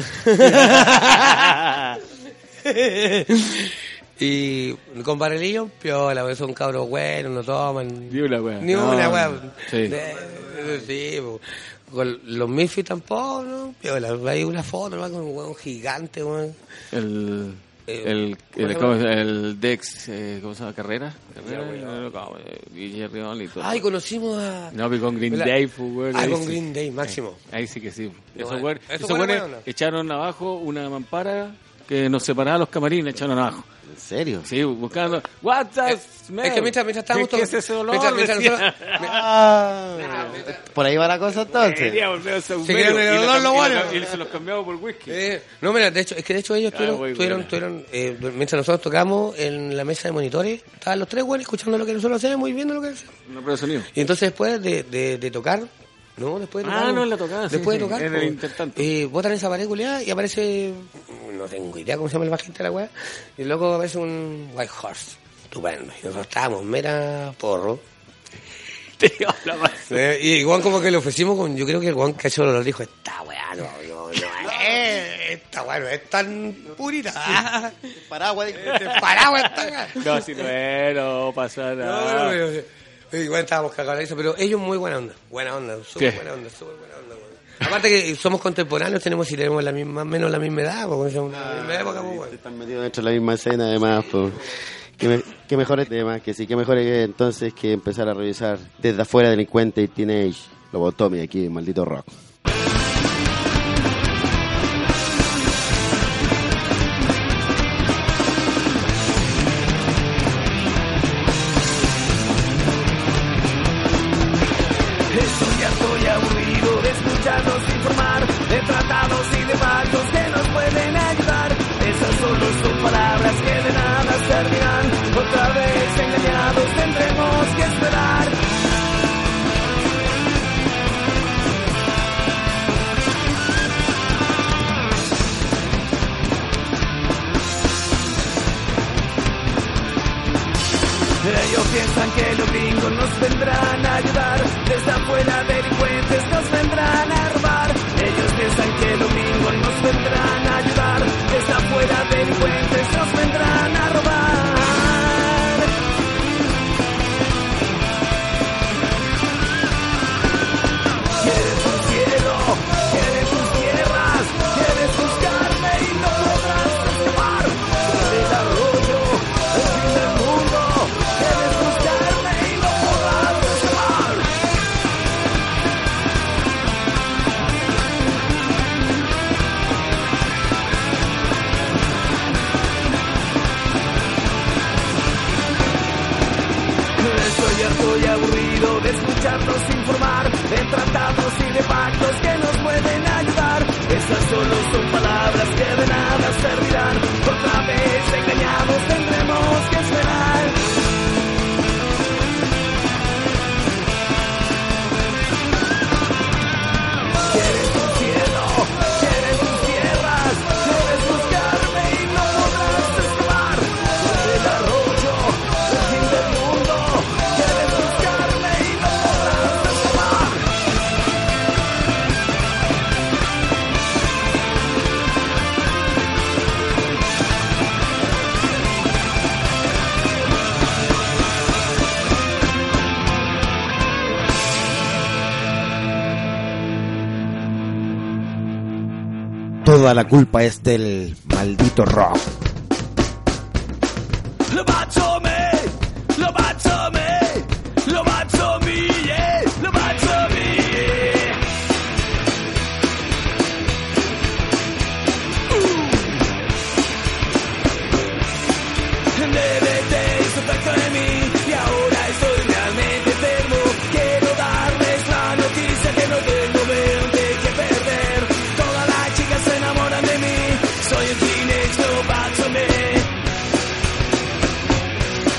Y con Barrelillo, piola, son cabros buenos, no toman. Ni una wea. Ni una wea. Sí. Sí, con los Misfits tampoco, ¿no? Piola, hay una foto, ¿no? Con un hueón gigante, weón. El Dex, ¿cómo se llama? ¿Carrera? Guillermo y todo. Ay, conocimos a... No, con Green Day, güey. con sí. Green Day, máximo. Ahí sí que sí. No, Esos güeyes bueno. echaron abajo una mampara que nos separaba los camarines, echaron abajo. ¿En serio? Sí, buscando. What the smell? Es que mientras estábamos ¿Qué es ese olor? mientras nosotros... Por ahí va la cosa entonces. Y se los cambiamos por whisky. No, mira, de hecho ellos tuvieron mientras nosotros tocamos en la mesa de monitores, estaban los tres güeyes escuchando lo que nosotros hacemos y viendo lo que hacemos. Una prueba de sonido. Y entonces después de tocar, después de tocar. No, en la tocada. Después de tocar. En el intertanto. Botan esa pared culiada y aparece, no tengo idea cómo se llama el bajista de la weá, y luego aparece un White Horse. Estupendo. Y nosotros estábamos mera porro. Y igual como que le ofrecimos yo creo que el Juan Cachorro nos dijo, esta weá esta weá no es tan purita. Paraguas. Paraguas. No, si no era, pasa nada. Igual estábamos cagados de eso, pero ellos muy buena onda, súper buena onda. Aparte que somos contemporáneos, tenemos la misma, más o menos la misma edad, porque somos la misma época, pues. Están metidos dentro de la misma escena, además, pues. Qué mejores temas, que sí, qué mejores que entonces que empezar a revisar Desde Afuera, Delincuente y Teenage Lobotomía aquí en Maldito Rock. Estoy harto y aburrido de escucharnos informar de tratados y de pactos que nos pueden ayudar. Esas solo son palabras que de nada servirán. Otra vez engañados tendremos que esperar. Ellos piensan que los gringos nos vendrán a ayudar. Desde afuera delincuentes nos vendrán a robar. Ellos piensan que los gringos nos vendrán a ayudar. Desde afuera delincuentes nos vendrán a robar. Quieres un cielo, quieres tus tierras, quieres buscarme y no podrás escapar. Del arroyo, el fin del mundo. Quieres buscarme y no podrás escapar. Estoy harto y aburrido de escucharnos informar de tratados y de pactos que nos pueden ayudar. Esas solo son palabras que de nada servirán. Otra vez engañados tendremos que esperar. Quieres un cielo, quieres tus tierras, quieres buscarme y no podrás escapar. Del arroyo, el fin del mundo, quieres buscarme y no podrás escapar. Toda la culpa es del Maldito Rock. Lo bacio me, lo bacio me, lo bacio mi, yeah, lo bacio mi. DDT hizo efecto en mí y ahora estoy realmente enfermo. Quiero darles la noticia que no tengo mente que perder. Todas las chicas se enamoran de mí. Soy el teenage, lo bacio me.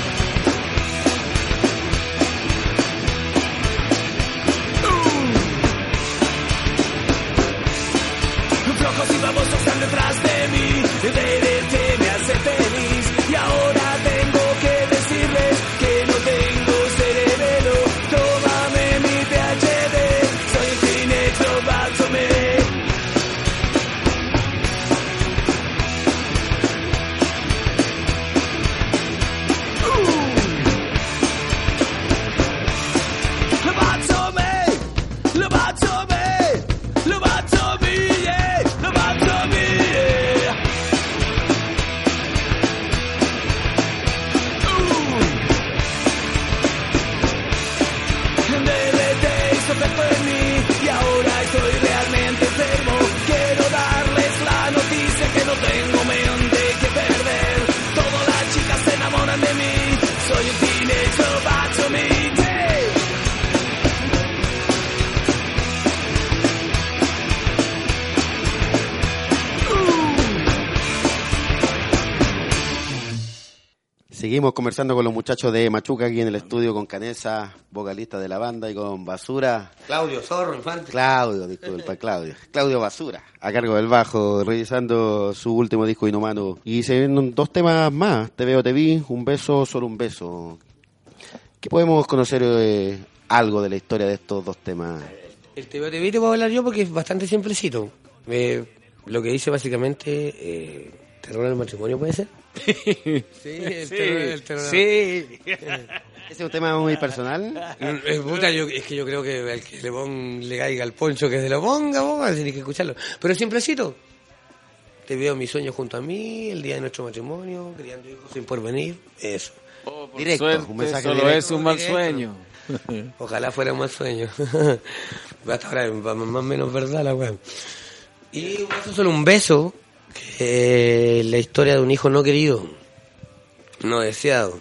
Seguimos conversando con los muchachos de Machuca aquí en el estudio con Canesa, vocalista de la banda, y con Basura. Claudio Zorro, Infante. Claudio Basura, a cargo del bajo, revisando su último disco Inhumano. Y se vienen 2 temas más, Te veo, te vi, Un beso, solo un beso. ¿Qué podemos conocer algo de la historia de estos 2 temas? El Te veo, te vi te puedo hablar yo porque es bastante simplecito. Lo que dice básicamente, terror en el matrimonio, ¿puede ser? Sí, el terror. Sí. ¿Ese es un tema muy personal? Puta, es que yo creo que al que le caiga el poncho que se lo ponga, vos tenés que escucharlo. Pero es simplecito. Te veo mis sueños junto a mí, el día de nuestro matrimonio, criando hijos sin porvenir, eso. Directo, suerte, un mensaje solo directo. Es un mal sueño. Ojalá fuera un mal sueño. Hasta ahora más o menos verdad la weá. Y un beso, solo un beso, que la historia de un hijo no querido, no deseado.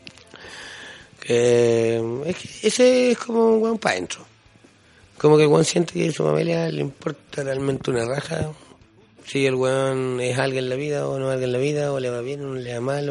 Es que ese es como un weón para adentro. Como que el weón siente que a su familia le importa realmente una raja. Si el weón es alguien en la vida o no es alguien en la vida, o le va bien o no le va mal.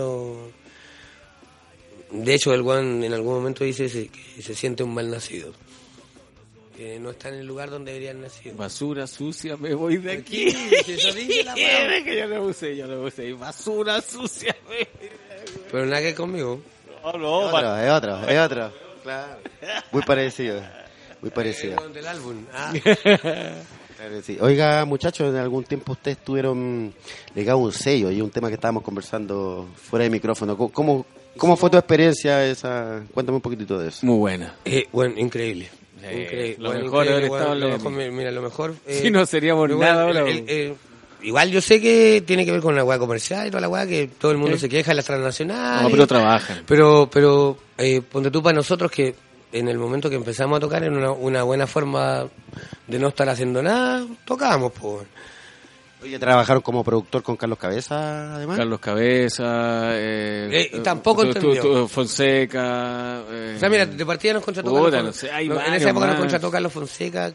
De hecho, el weón en algún momento dice que se siente un mal nacido. Que no está en el lugar donde debería haber nacido. Basura sucia, me voy de aquí. Eso dice la weón. Que yo lo usé. Basura sucia, me voy de aquí. Pero nada que conmigo. No, es otro. Claro. Muy parecido. Del álbum. Claro, sí. Oiga, muchachos, en algún tiempo ustedes tuvieron ligado un sello y un tema que estábamos conversando fuera de micrófono. ¿Cómo fue tu experiencia esa? Cuéntame un poquitito de eso. Muy buena. Bueno, increíble. Increíble. Lo mejor haber estado lo mejor. Si no seríamos nada ahora. Igual yo sé que tiene que ver con la weá comercial y toda la weá, que todo el mundo se queja de las transnacionales. No, pero trabajan. Pero ponte tú para nosotros que en el momento que empezamos a tocar en una buena forma de no estar haciendo nada, tocábamos, pues. Oye, ¿trabajaron como productor con Carlos Cabeza, además? Carlos Cabeza, tampoco entendió. Fonseca. O sea, mira, de partida nos contrató Carlos Fonseca. En esa época nos contrató Carlos Fonseca,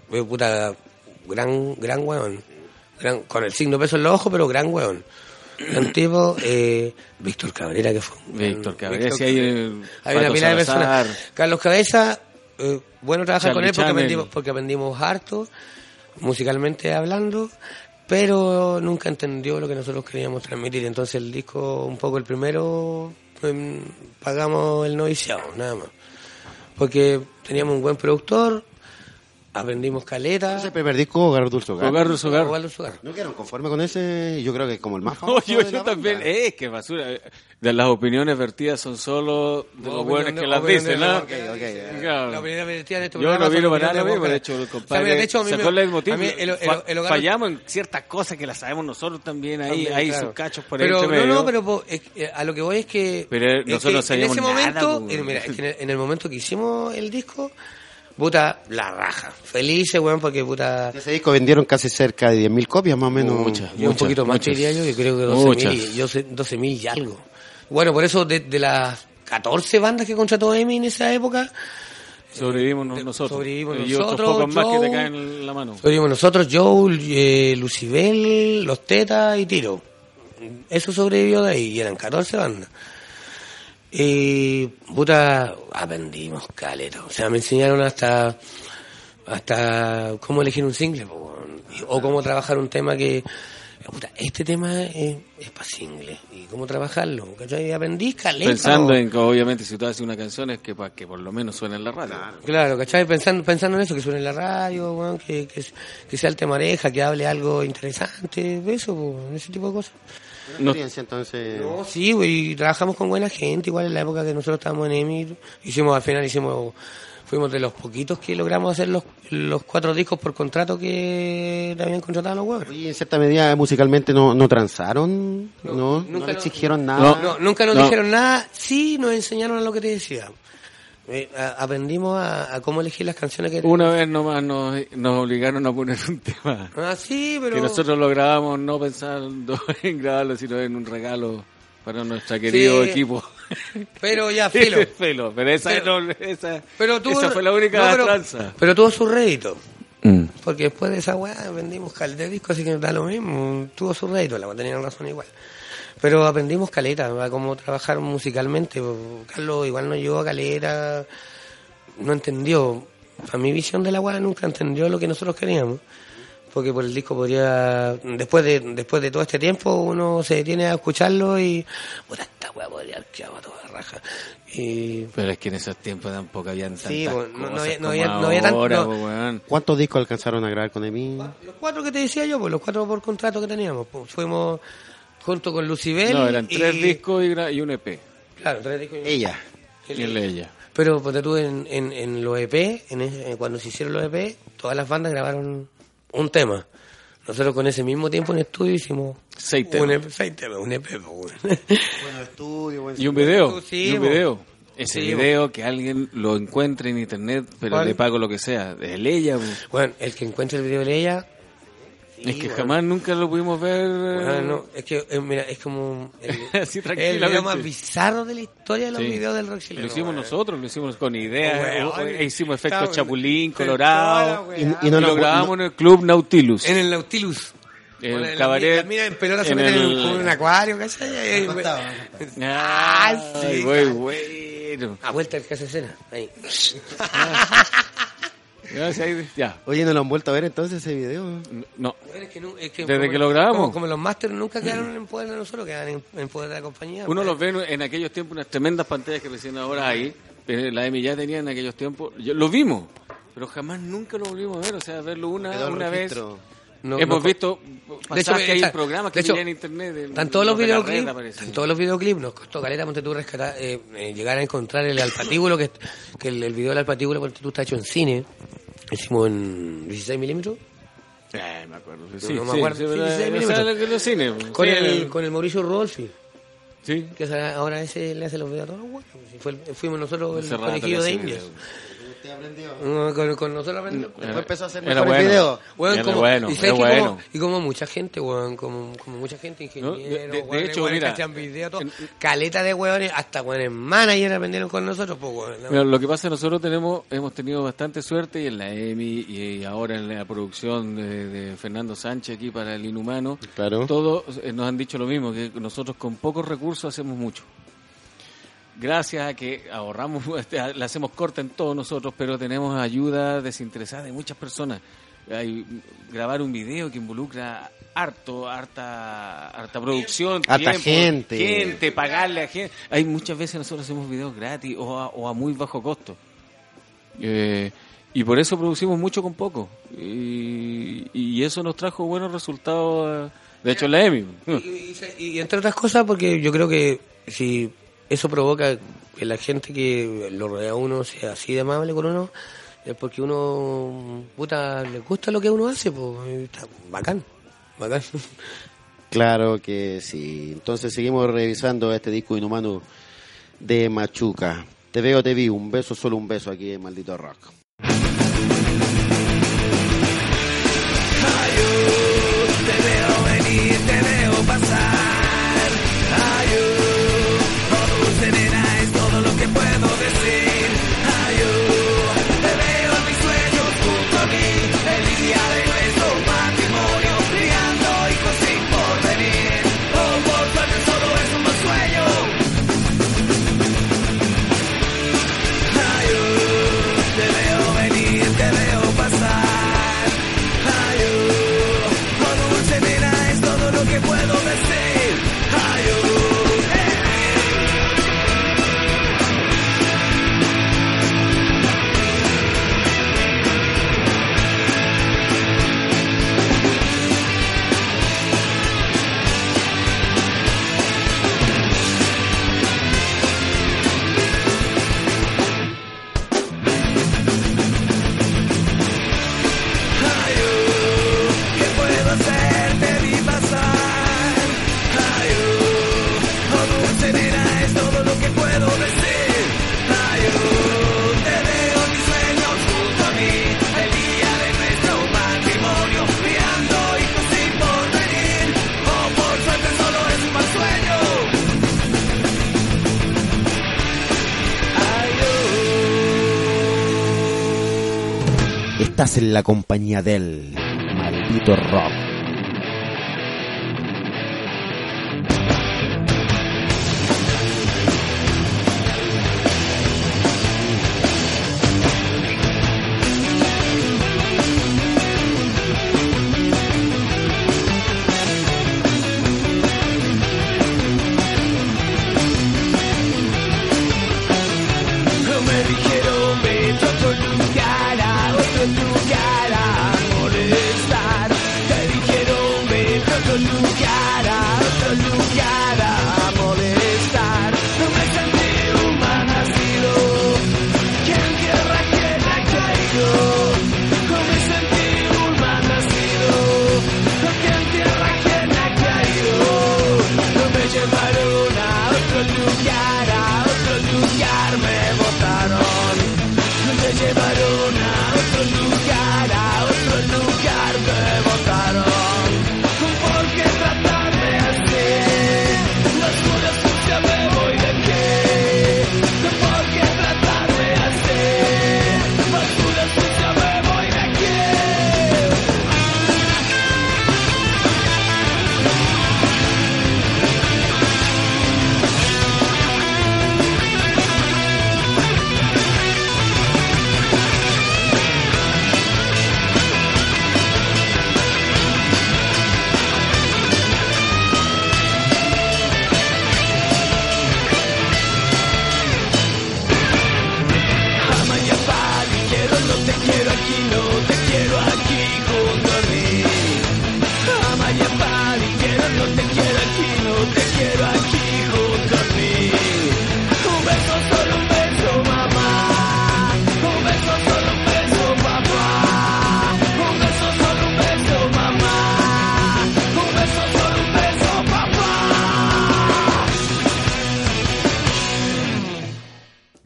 gran weón. Con el signo peso en los ojos, pero gran weón. Un tipo, Víctor Cabrera, que fue Víctor Cabrera, sí, hay una pila de personas. Carlos Cabeza, bueno trabajar con él porque aprendimos harto, musicalmente hablando, pero nunca entendió lo que nosotros queríamos transmitir. Entonces el disco, un poco el primero, pagamos el noviciado, nada más. Porque teníamos un buen productor, aprendimos caleta. ¿Ese primer disco, Hogar Dulce Hogar? Hogar Dulce Hogar. ¿No quedaron conformes con ese? Yo creo que es como el más famoso. Yo también. Que basura. De las opiniones vertidas son solo de los buenos que las dicen, ¿no? Claro. La opinión vertida en este programa. Yo no vino para nada mismo, de hecho, el compadre sacó el leitmotiv. Fallamos en ciertas cosas que las sabemos nosotros también. Hay sus cachos por ahí. Pero a lo que voy es que... Pero nosotros no sabíamos nada. En ese momento, mira, es que en el momento que hicimos el disco... Puta, la raja. Felices, weón, porque puta... Ese disco vendieron casi cerca de 10.000 copias, más o menos. Muchas. Un poquito más, diría yo creo que 12.000 y algo. Bueno, por eso de las 14 bandas que contrató EMI en esa época... Sobrevivimos nosotros. Y otros pocos más que te caen en la mano. Sobrevivimos nosotros, Joe, Lucibel, Los Tetas y Tiro. Eso sobrevivió de ahí, y eran 14 bandas. Y puta, aprendimos caleta. O sea, me enseñaron hasta cómo elegir un single o cómo trabajar un tema que puta, este tema es para single y cómo trabajarlo, ¿cachai? Aprendí caleta. Pensando en que obviamente si tú haces una canción es que para que por lo menos suene en la radio. Claro, ¿cachai? Pensando en eso, que suene en la radio, bueno, que sea el temareja, que hable algo interesante, eso, ese tipo de cosas. Una experiencia, entonces... No, sí, güey, trabajamos con buena gente, igual en la época que nosotros estábamos en EMI, fuimos de los poquitos que logramos hacer los 4 discos por contrato que habían contratado los huevos. Y en cierta medida musicalmente no transaron, nunca exigieron nada. Nunca nos dijeron nada, sí nos enseñaron a lo que te decía. Aprendimos a cómo elegir las canciones que... Una vez nomás nos obligaron a poner un tema. Sí, pero... Que nosotros lo grabamos no pensando en grabarlo, sino en un regalo para nuestro querido equipo. Pero ya, filo. Pero esa fue la única tranza. Pero tuvo su rédito. Porque después de esa weá vendimos calde de disco, así que no da lo mismo. Tuvo su rédito, tenían razón igual. Pero aprendimos caleta, a cómo trabajar musicalmente. Carlos igual nos llevó a caleta, no entendió. A mi visión de la weá nunca entendió lo que nosotros queríamos. Porque por el disco podría, después de todo este tiempo, uno se detiene a escucharlo y puta, esta weá podría haber quedado a toda raja. Pero es que en esos tiempos tampoco habían tantas sí, cosas no había tanto. ahora, weón. ¿Cuántos discos alcanzaron a grabar con Emi? Los 4 que te decía yo, pues los 4 por contrato que teníamos. Pues fuimos junto con Lucibel. No, eran 3 discos y un EP. Claro, 3 discos y Ella. Ella. Pero porque tú en los EP, cuando se hicieron los EP, todas las bandas grabaron un tema. Nosotros con ese mismo tiempo en estudio hicimos 6 temas. un EP. Bueno, estudio, buen Y un video. Sí, y un po. video. Ese Sí, video que alguien lo encuentre en internet, pero ¿Cuál? le pago lo que sea. De ella. Bueno, el que encuentre el video de ella... Es que jamás nunca lo pudimos ver. Bueno, es que, mira, es como Así el tranquilamente. video más bizarro de la historia de los Sí. videos del rock chileno. Lo hicimos bueno. nosotros, lo hicimos con ideas, Bueno, hicimos efectos está- chapulín, pero colorado, toda la Y weá. no y lo nos- grabamos en el Club Nautilus, En el Nautilus. el Bueno, cabaret. Las minas en pelota se en meten el- en un acuario, ¿cachai? Ay, sí, muy cabrón. bueno. A vuelta del casa escena. Ahí. Ya. Oye, ¿no lo han vuelto a ver entonces ese video? No, Es que Desde que lo grabamos. Como los másteres nunca quedaron en poder de nosotros, quedaron en poder de la compañía. uno pues. los ve en aquellos tiempos, unas tremendas pantallas que recién ahora hay. La EMI ya tenía en aquellos tiempos. Lo vimos, pero jamás nunca lo volvimos a ver. O sea, verlo Quedó el una vez. registro. No- Hemos no- visto De hecho, pasajes que hay está- programas que de hecho, veían en internet. Están todos los de la red, videoclips, aparecen. están todos los videoclips, nos costó caleta, ponte tú rescatar, llegar a encontrar el alpatíbulo, que el video del alpatíbulo, ponte tú, está hecho en cine, hicimos en 16 milímetros, Me acuerdo. No Sí, me sí, acuerdo. sí, Sí, ¿verdad? 16 O milímetros. sea, en los cines. con el Mauricio Rodolfi, Sí. que ahora ese le hace los videos a todos los huevos, fuimos nosotros Hace el rato conejillo que de hace indias. video. Con nosotros aprendimos. Después empezó a hacer Era mejores bueno. videos. Weón, Era bueno, y era sabes que bueno. como mucha gente, weón, como mucha gente, ingenieros, de weones, hecho, weones mira, que hacían video, todo, caleta de weones, hasta weones manager aprendieron con nosotros, pues weón. ¿no? Mira, lo que pasa es que nosotros hemos tenido bastante suerte y en la EMI y ahora en la producción de Fernando Sánchez aquí para El Inhumano, Claro. todos nos han dicho lo mismo, que nosotros con pocos recursos hacemos mucho. Gracias a que ahorramos, la hacemos corta en todos nosotros, pero tenemos ayuda desinteresada de muchas personas. Grabar un video que involucra harta producción, Harta gente. pagarle a gente. Hay muchas veces nosotros hacemos videos gratis o a muy bajo costo. Y por eso producimos mucho con poco. Y eso nos trajo buenos resultados, de hecho en la EMI. Y entre otras cosas, porque yo creo que si eso provoca que la gente que lo rodea a uno sea así de amable con uno, es porque uno, puta, le gusta lo que uno hace, pues, está bacán. Claro que sí. Entonces seguimos revisando este disco Inhumano de Machuca. Te veo, te vi. Un beso, solo un beso aquí en Maldito Rock. Te veo venir, te veo pasar. Oh, dulce nena, es todo lo que puedo decir. Te veo en mis sueños junto a mí, el día de nuestro matrimonio, criando hijos sin porvenir. Oh, por suerte solo es un buen sueño. Te veo venir, te veo pasar. Oh, dulce nena, es todo lo que puedo decir. ¿Qué puedo hacer? Te vi pasar. Oh, dulce nena, es todo lo que puedo decir. Te veo en mis sueños junto a mí, el día de nuestro matrimonio, criando hijos sin porvenir. Oh, por suerte solo es un mal sueño. Estás en la compañía del Maldito Rock.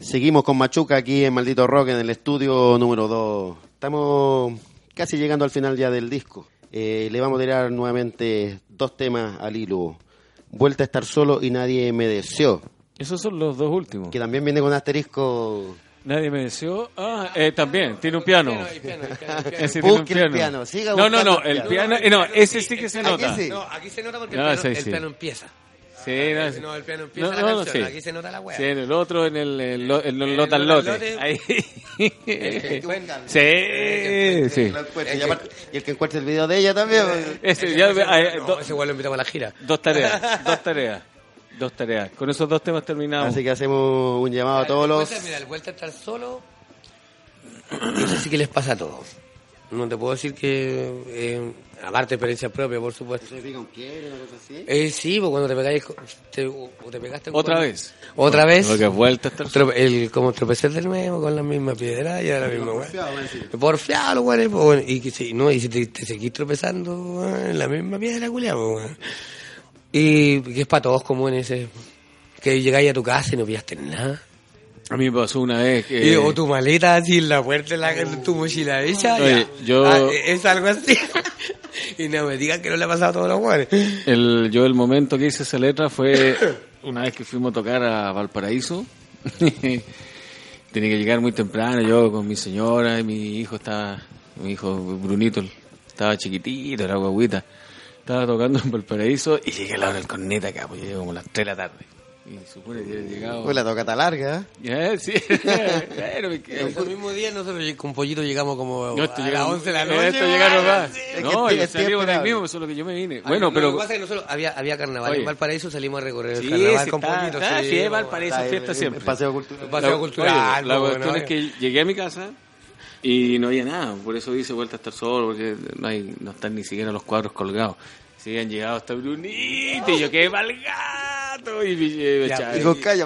Seguimos con Machuca aquí en Maldito Rock en el estudio número 2. Estamos casi llegando al final ya del disco. Le vamos a tirar nuevamente 2 temas al hilo. Vuelta a estar solo y Nadie me deseó. Esos son los 2 últimos. Que también viene con asterisco. Nadie me deseó. También, tiene un piano. Ese Busque tiene un el piano, siga no, buscando el piano. No, ese sí que se nota. Aquí sí. No, aquí se nota porque No, el sí. piano empieza. Sí, No, el piano empieza la canción. sí. Aquí se nota la wea. Sí, en el otro, en el lote al lote. Ahí. Sí. Y el que encuentre el video de ella también. Ese igual lo invitamos a la gira. 2 tareas. Con esos 2 temas terminamos. Así que hacemos un llamado a todos los... Mira, el vuelta a estar solo, no sé si que les pasa a todos. No te puedo decir que, aparte de experiencia propia, por supuesto. ¿Se pica un quiebre, una cosa así? Sí, porque cuando te pegáis, te pegaste... ¿Otra vez? ¿Otra vez? Porque vuelta a estar solo. Como tropecé de nuevo con la misma piedra y ahora mismo, güey. Porfiado, los güeyes, pues, bueno. Y si te seguís tropezando en la misma piedra, culiado, güey. Y que es para todos común ese, que llegáis a tu casa y no pillaste nada. A mí me pasó una vez que... O tu maleta así en la puerta de tu mochila esa. Oye, yo... es algo así. Y no me digan que no le ha pasado a todos los güeyes. El momento que hice esa letra fue una vez que fuimos a tocar a Valparaíso. Tenía que llegar muy temprano, yo con mi señora y mi hijo Brunito, estaba chiquitito, era guaguita. Estaba tocando en Valparaíso y llegué a la hora del corneta acá, pues llegué como a las 3 de la tarde. Y supone que había llegado... Pues la tocata larga, Sí. El mismo día nosotros con Pollito llegamos como a las 11 de la noche. Esto llegaron más. Es No, que yo salimos de ahí esperable. mismo, eso es lo que yo me vine. Bueno, pero... Lo que pasa es que nosotros había carnaval. Oye. En Valparaíso salimos a recorrer el Sí, carnaval sí, con Pollito. sí, es Valparaíso, fiesta siempre. Paseo cultural. Paseo cultural. La pues, cuestión ¿no? es que llegué a mi casa y no había nada, por eso hice vuelta a estar solo, porque no están ni siquiera los cuadros colgados. Si habían llegado hasta Brunito y yo quedé mal gato y me echaron. Digo, calla.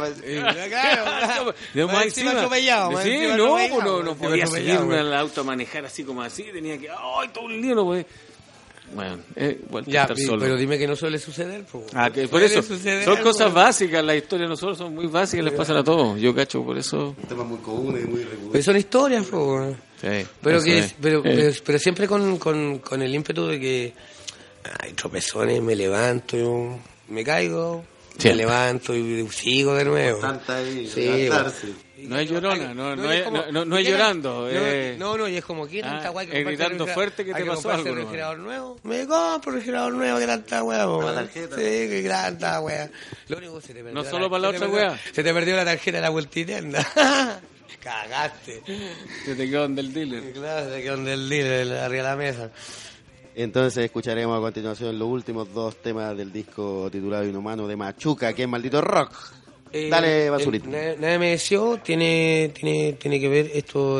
No, más encima encima. atropellado, Sí, encima no, atropellado, no encima podía atropellado, subirme güey. al auto a manejar así como así, tenía que, ¡ay, todo un lío! No podía. Bueno, vuelta a Ya, estar solo. pero dime que no suele suceder. Pues. Que por eso, son cosas básicas, las historias de nosotros son muy básicas, les pasan a todos. Yo cacho, por eso. Temas muy comunes, muy recurrentes. Pero son historias, pues. Sí, Pero, eso que, es. pero siempre con el ímpetu de que hay tropezones, me levanto, yo me caigo, Sí. me levanto y sigo de nuevo. Tanta ahí, Sí, levantarse. No es llorona, no es es como- no es llorando. No, y es como que tanta guay que gritando fuerte que te pasó algo. un refrigerador nuevo. Me compro un refrigerador nuevo, que tanta hueá, po, Para la man. tarjeta. Sí, que tanta hueá. Lo único que se te perdió. No solo para la otra hueá. Se te perdió la tarjeta de la multitienda. Cagaste. Que te quedó donde el dealer. Claro, se quedó del dealer arriba de la mesa. Entonces escucharemos a continuación los últimos 2 temas del disco titulado Inhumano de Machuca, que es Maldito Rock. Dale, Basurito. Nadie me deseó, tiene que ver esto,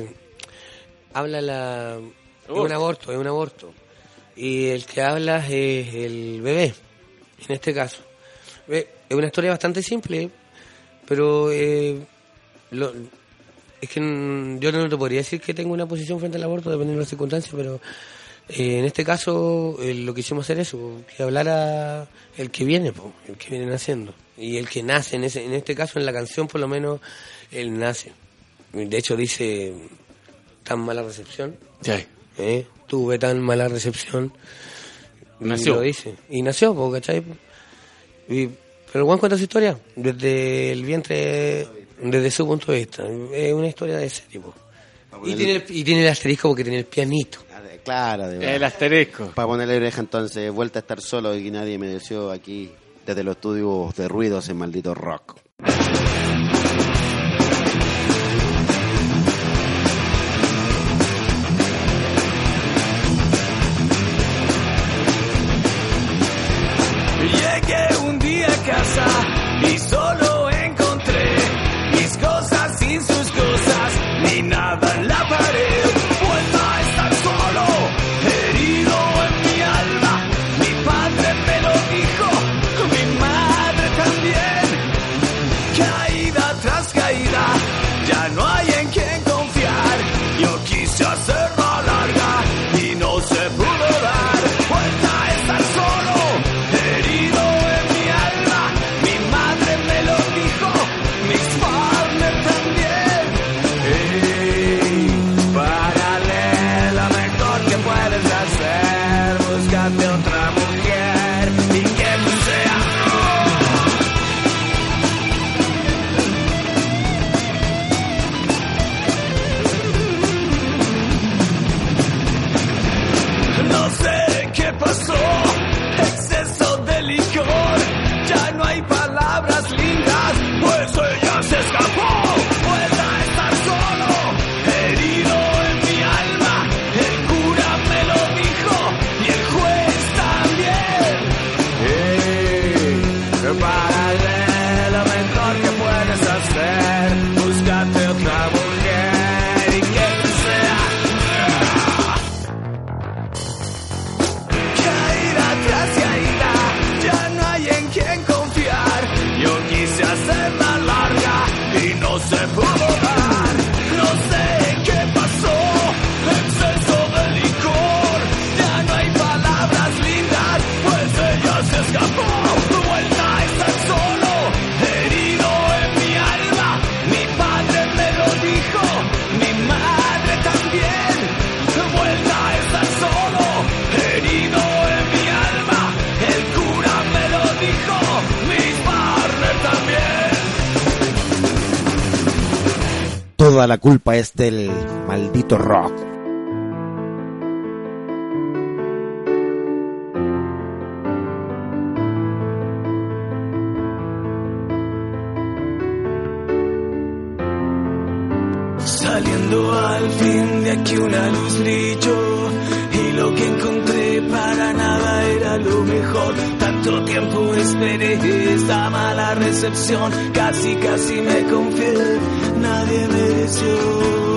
habla es un aborto. Y el que habla es el bebé, en este caso. Es una historia bastante simple, pero es que yo no te podría decir que tengo una posición frente al aborto, dependiendo de las circunstancias, pero en este caso lo que hicimos hacer eso, que hablara el que viene, el que viene naciendo. Y el que nace, en este caso, en la canción, por lo menos, él nace. De hecho, dice, tan mala recepción. Sí. Tuve tan mala recepción. Nació. Y lo dice. Y nació, ¿cachai? Pero el Juan cuenta su historia desde el vientre, desde su punto de vista. Es una historia de ese tipo. Y tiene el asterisco porque tiene el pianito. Claro, de verdad. El asterisco. Para ponerle oreja entonces, vuelta a estar solo y nadie me deseó aquí desde los estudios de ruidos en Maldito Rock. Llegué un día a casa y solo encontré mis cosas sin sus cosas, ni nada en la pared. Vuelta a estar solo, herido en mi alma. Mi padre me lo dijo, mi madre también. Caída tras caída, ya no hay en quien confiar. Yo quise hacerla larga y no se pudo dar. Vuelta a estar solo, herido en mi alma. Mi madre me lo Párale lo mejor que puedes hacer. Búscate otra mujer y que sea caída tras caída. Ya no hay en quien confiar. Yo quise hacerla larga y no se pudo dar. No sé qué pasó, exceso de licor. Ya no hay palabras lindas, pues ella se escapó. Vuelta a estar solo, herido en mi alma. Mi padre me lo dijo, mi madre también. Vuelta a estar solo, herido en mi alma. El cura me lo dijo, mis padres también. Toda la culpa es del maldito rock. Saliendo al fin de aquí una luz brilló y lo que encontré para nada era lo mejor. Tanto tiempo esperé esta mala recepción, casi me confié, nadie mereció.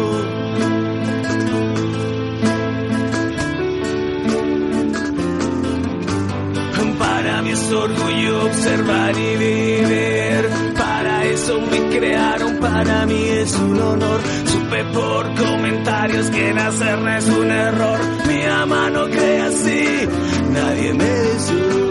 Para mí es orgullo observar y vivir. Para eso me crearon, para mí es un honor. Supe por comentarios que nacer no es un error. Mi ama no cree así, nadie mereció.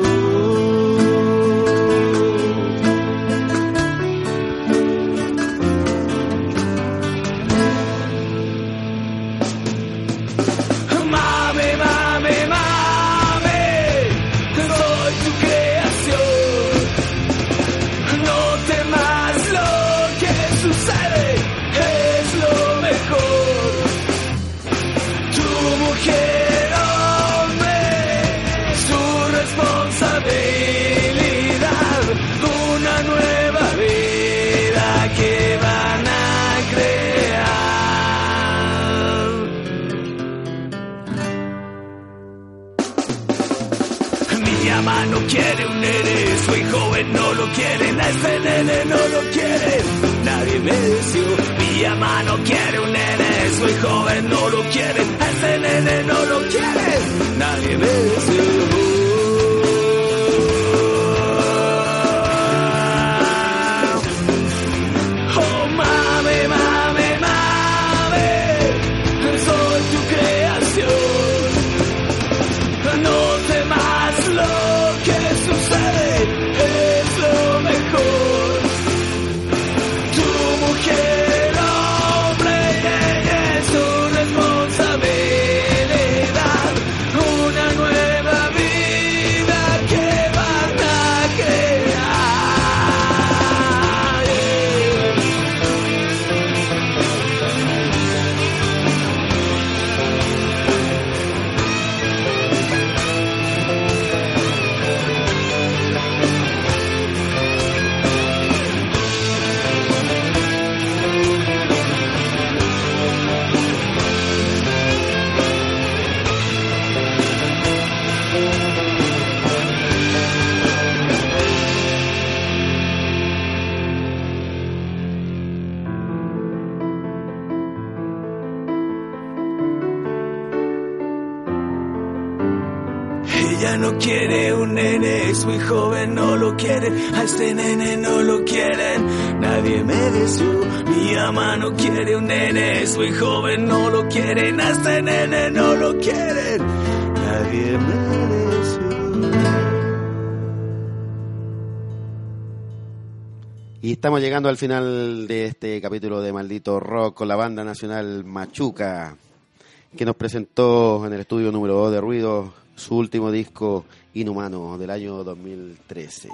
No quiere un nene, soy joven, no lo quieren, a ese nene no lo quieren, nadie mereció. Mi ama no quiere un nene, soy joven, no lo quieren, a ese nene no lo quieren, nadie mereció. No quiere un nene, es muy joven, no lo quieren, a este nene no lo quieren, nadie mereció. Mi ama no quiere un nene, es muy joven, no lo quieren, a este nene no lo quieren, nadie mereció. Y estamos llegando al final de este capítulo de Maldito Rock con la banda nacional Machuca, que nos presentó en el estudio número 2 de Ruido su último disco, Inhumano, del año 2013.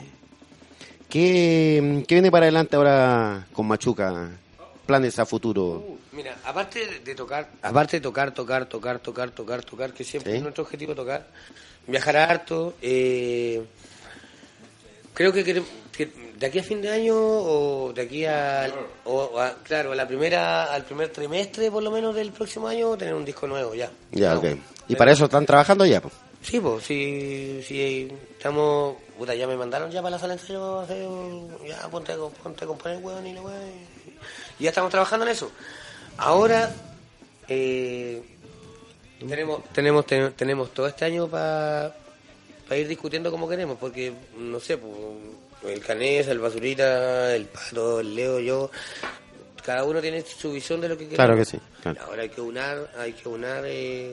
¿Qué viene para adelante ahora con Machuca? ¿Planes a futuro? Mira, aparte de tocar, que siempre es nuestro objetivo, tocar, viajar harto, creo que de aquí a fin de año o de aquí al primer trimestre por lo menos del próximo año tener un disco nuevo ya. Ya, ok. ¿Y para eso están trabajando ya? Sí, pues, sí, estamos... Puta, ya me mandaron ya para la sala de ensayo, ya ponte a componer, weón, y la weón. Y ya estamos trabajando en eso. Ahora, tenemos todo este año para ir discutiendo como queremos, porque, no sé, pues, el Canesa, el Basurita, el Pato, el Leo, yo... Cada uno tiene su visión de lo que queremos. Claro que sí. Claro. Ahora hay que unar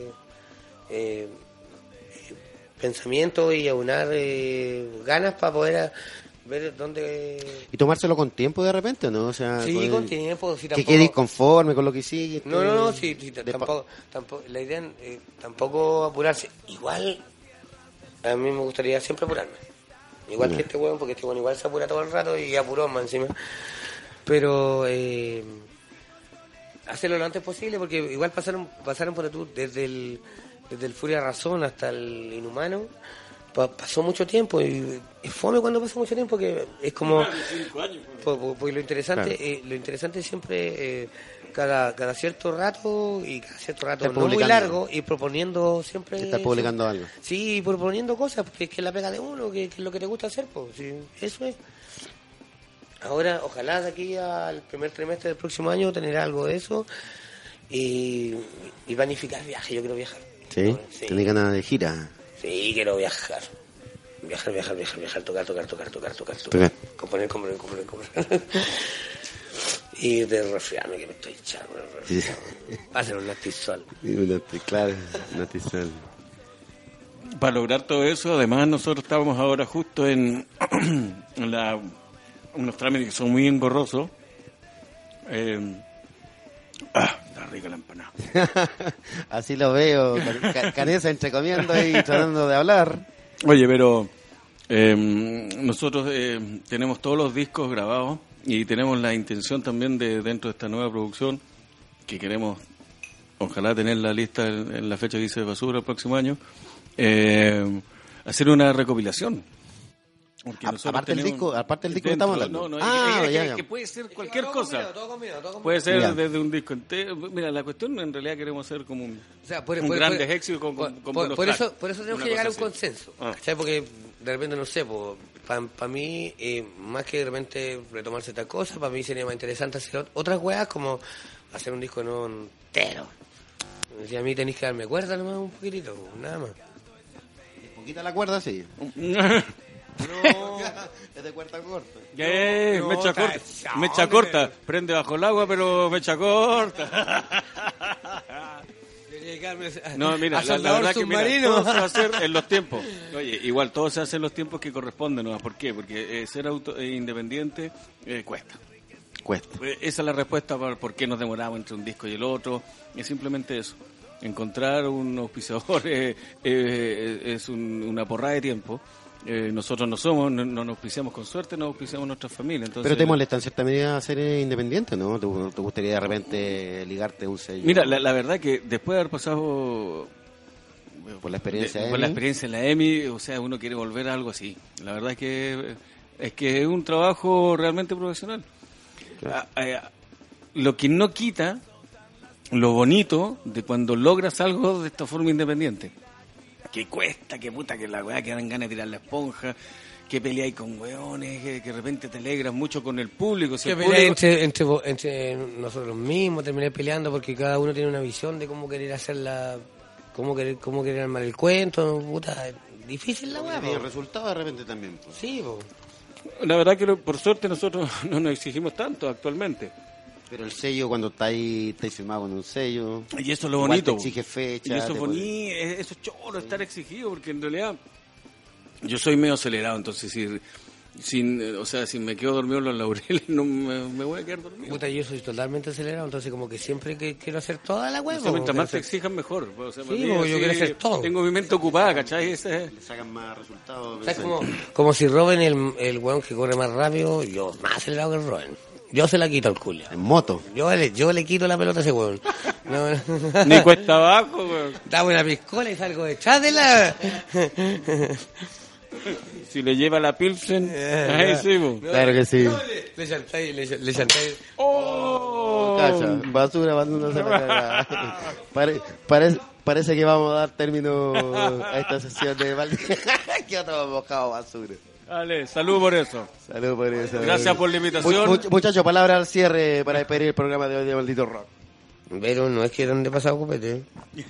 pensamientos y aunar ganas para poder ver dónde... Y tomárselo con tiempo de repente, ¿no? O sea, sí, con tiempo. Si que tampoco... quede conforme con lo que sigue. No, sí, tampoco, la idea tampoco apurarse. Igual, a mí me gustaría siempre apurarme. Igual que este hueón, porque este hueón igual se apura todo el rato y apuró más encima. Pero hacerlo lo antes posible, porque igual pasaron por tú desde el Furia Razón hasta el Inhumano. Pasó mucho tiempo y es fome cuando pasa mucho tiempo, que es como 5 años, porque lo interesante es siempre cada cierto rato no muy largo, y proponiendo siempre. Estás publicando algo. Sí, proponiendo cosas, porque es que es la pega de uno, que es lo que te gusta hacer, pues, sí, eso es. Ahora, ojalá de aquí al primer trimestre del próximo año tener algo de eso y planificar viaje. Yo quiero viajar. ¿Sí? ¿Tenés ganas de gira? Sí, quiero viajar. Viajar, tocar. Componer. Y de resfriarme, que me estoy echando. Sí. Hacer un nastisol. Claro, nastisol. Para lograr todo eso, además nosotros estábamos ahora justo en unos trámites que son muy engorrosos. Está rica la empanada. Así lo veo, Canesa entrecomiendo y tratando de hablar. Oye, pero nosotros tenemos todos los discos grabados y tenemos la intención también de, dentro de esta nueva producción, que queremos, ojalá tener la lista en la fecha que dice Basura el próximo año, hacer una recopilación. Aparte del disco que estamos hablando. Que puede ser cualquier cosa. Todo combinado. Puede ser desde un disco entero. Mira, la cuestión en realidad queremos hacer como un grandes éxitos con por eso tenemos que llegar a un consenso. ¿Cachai? Porque de repente, no sé, para mí, más que de repente retomarse esta cosa, para mí sería más interesante hacer otras weas, como hacer un disco no entero. Si a mí tenéis que darme cuerda nomás un poquitito, nada más. Poquita la cuerda, sí. No, es de cuerda corta. Mecha corta. Prende bajo el agua, pero mecha corta. No, mira, la verdad que todo se va a hacer en los tiempos. Oye, igual todo se hace en los tiempos que corresponden, ¿no? ¿Por qué? Porque ser independiente cuesta. Esa es la respuesta para por qué nos demoramos entre un disco y el otro. Es simplemente eso. Encontrar un auspiciador es una porrada de tiempo. Nosotros no nos auspiciamos con suerte, nos auspiciamos nuestras familias. Entonces, pero te molesta en cierta medida ser independiente, ¿no? ¿Te gustaría de repente ligarte a un sello? Mira, la verdad que después de haber pasado por la experiencia en la EMI, o sea, uno quiere volver a algo así. La verdad es que es un trabajo realmente profesional. Claro. Lo que no quita lo bonito de cuando logras algo de esta forma independiente. Que cuesta, que puta, que la weá, que dan ganas de tirar la esponja, que peleáis con weones, que de repente te alegras mucho con el público. Si que peleáis entre nosotros mismos, terminé peleando porque cada uno tiene una visión de cómo querer hacerla, cómo querer armar el cuento, puta, difícil la weá. Y el resultado de repente también. Pues. Sí, po. La verdad que por suerte nosotros no nos exigimos tanto actualmente. Pero el sello, cuando estáis firmado con un sello... Y eso es lo bonito. Te exige fecha. Y eso es bonito, eso es choro, estar exigido, porque en realidad yo soy medio acelerado, entonces si me quedo dormido en los laureles, no me voy a quedar dormido. Puta, yo soy totalmente acelerado, entonces como que siempre que quiero hacer toda la hueá. Mientras más te exijan, mejor. O sea, sí, yo quiero hacer todo. Tengo mi mente ocupada, ¿cachai? Le sacan más resultados. O sea, como si roben el hueón que corre más rápido, yo más acelerado que el roben. Yo se la quito al culo. En moto. Yo le quito la pelota a ese hueón. No. Ni cuesta abajo, hueón. Dame una piscola y salgo detrás de la... Si le lleva la Pilsen, ahí sí, bo. Claro que sí. Le chantáis. ¡Oh! Cacha, basura, abandonándose la cagada. parece que vamos a dar término a esta sesión de Maldito. Que otro bocado basura. Dale, salud por eso. Salud por eso. Gracias por la invitación. Muchachos, palabra al cierre para despedir el programa de hoy de Maldito Rock. Pero no es que donde pasado copete.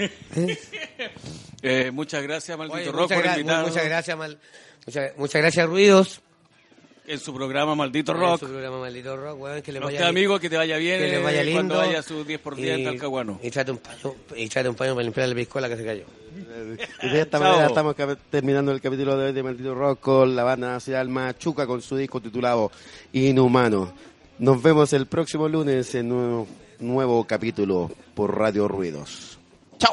Muchas gracias, Maldito Oye, Rock, por invitarnos. Muchas gracias, Ruidos. En su programa Maldito En Rock. su programa Maldito Rock, weón, que les A vaya usted, amigo, que te vaya bien que les vaya lindo, cuando vaya a su 10% en Talcahuano. Y trate un paño para limpiar la piscola que se cayó. Y de esta manera estamos terminando el capítulo de hoy de Maldito Rock con la banda nacional Machuca con su disco titulado Inhumano. Nos vemos el próximo lunes en un nuevo capítulo por Radio Ruidos. ¡Chao!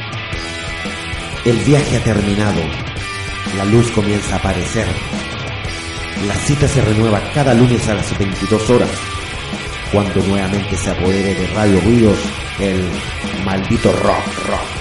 El viaje ha terminado. La luz comienza a aparecer. La cita se renueva cada lunes a las 22 horas, cuando nuevamente se apodere de Radio Ruidos el Maldito Rock.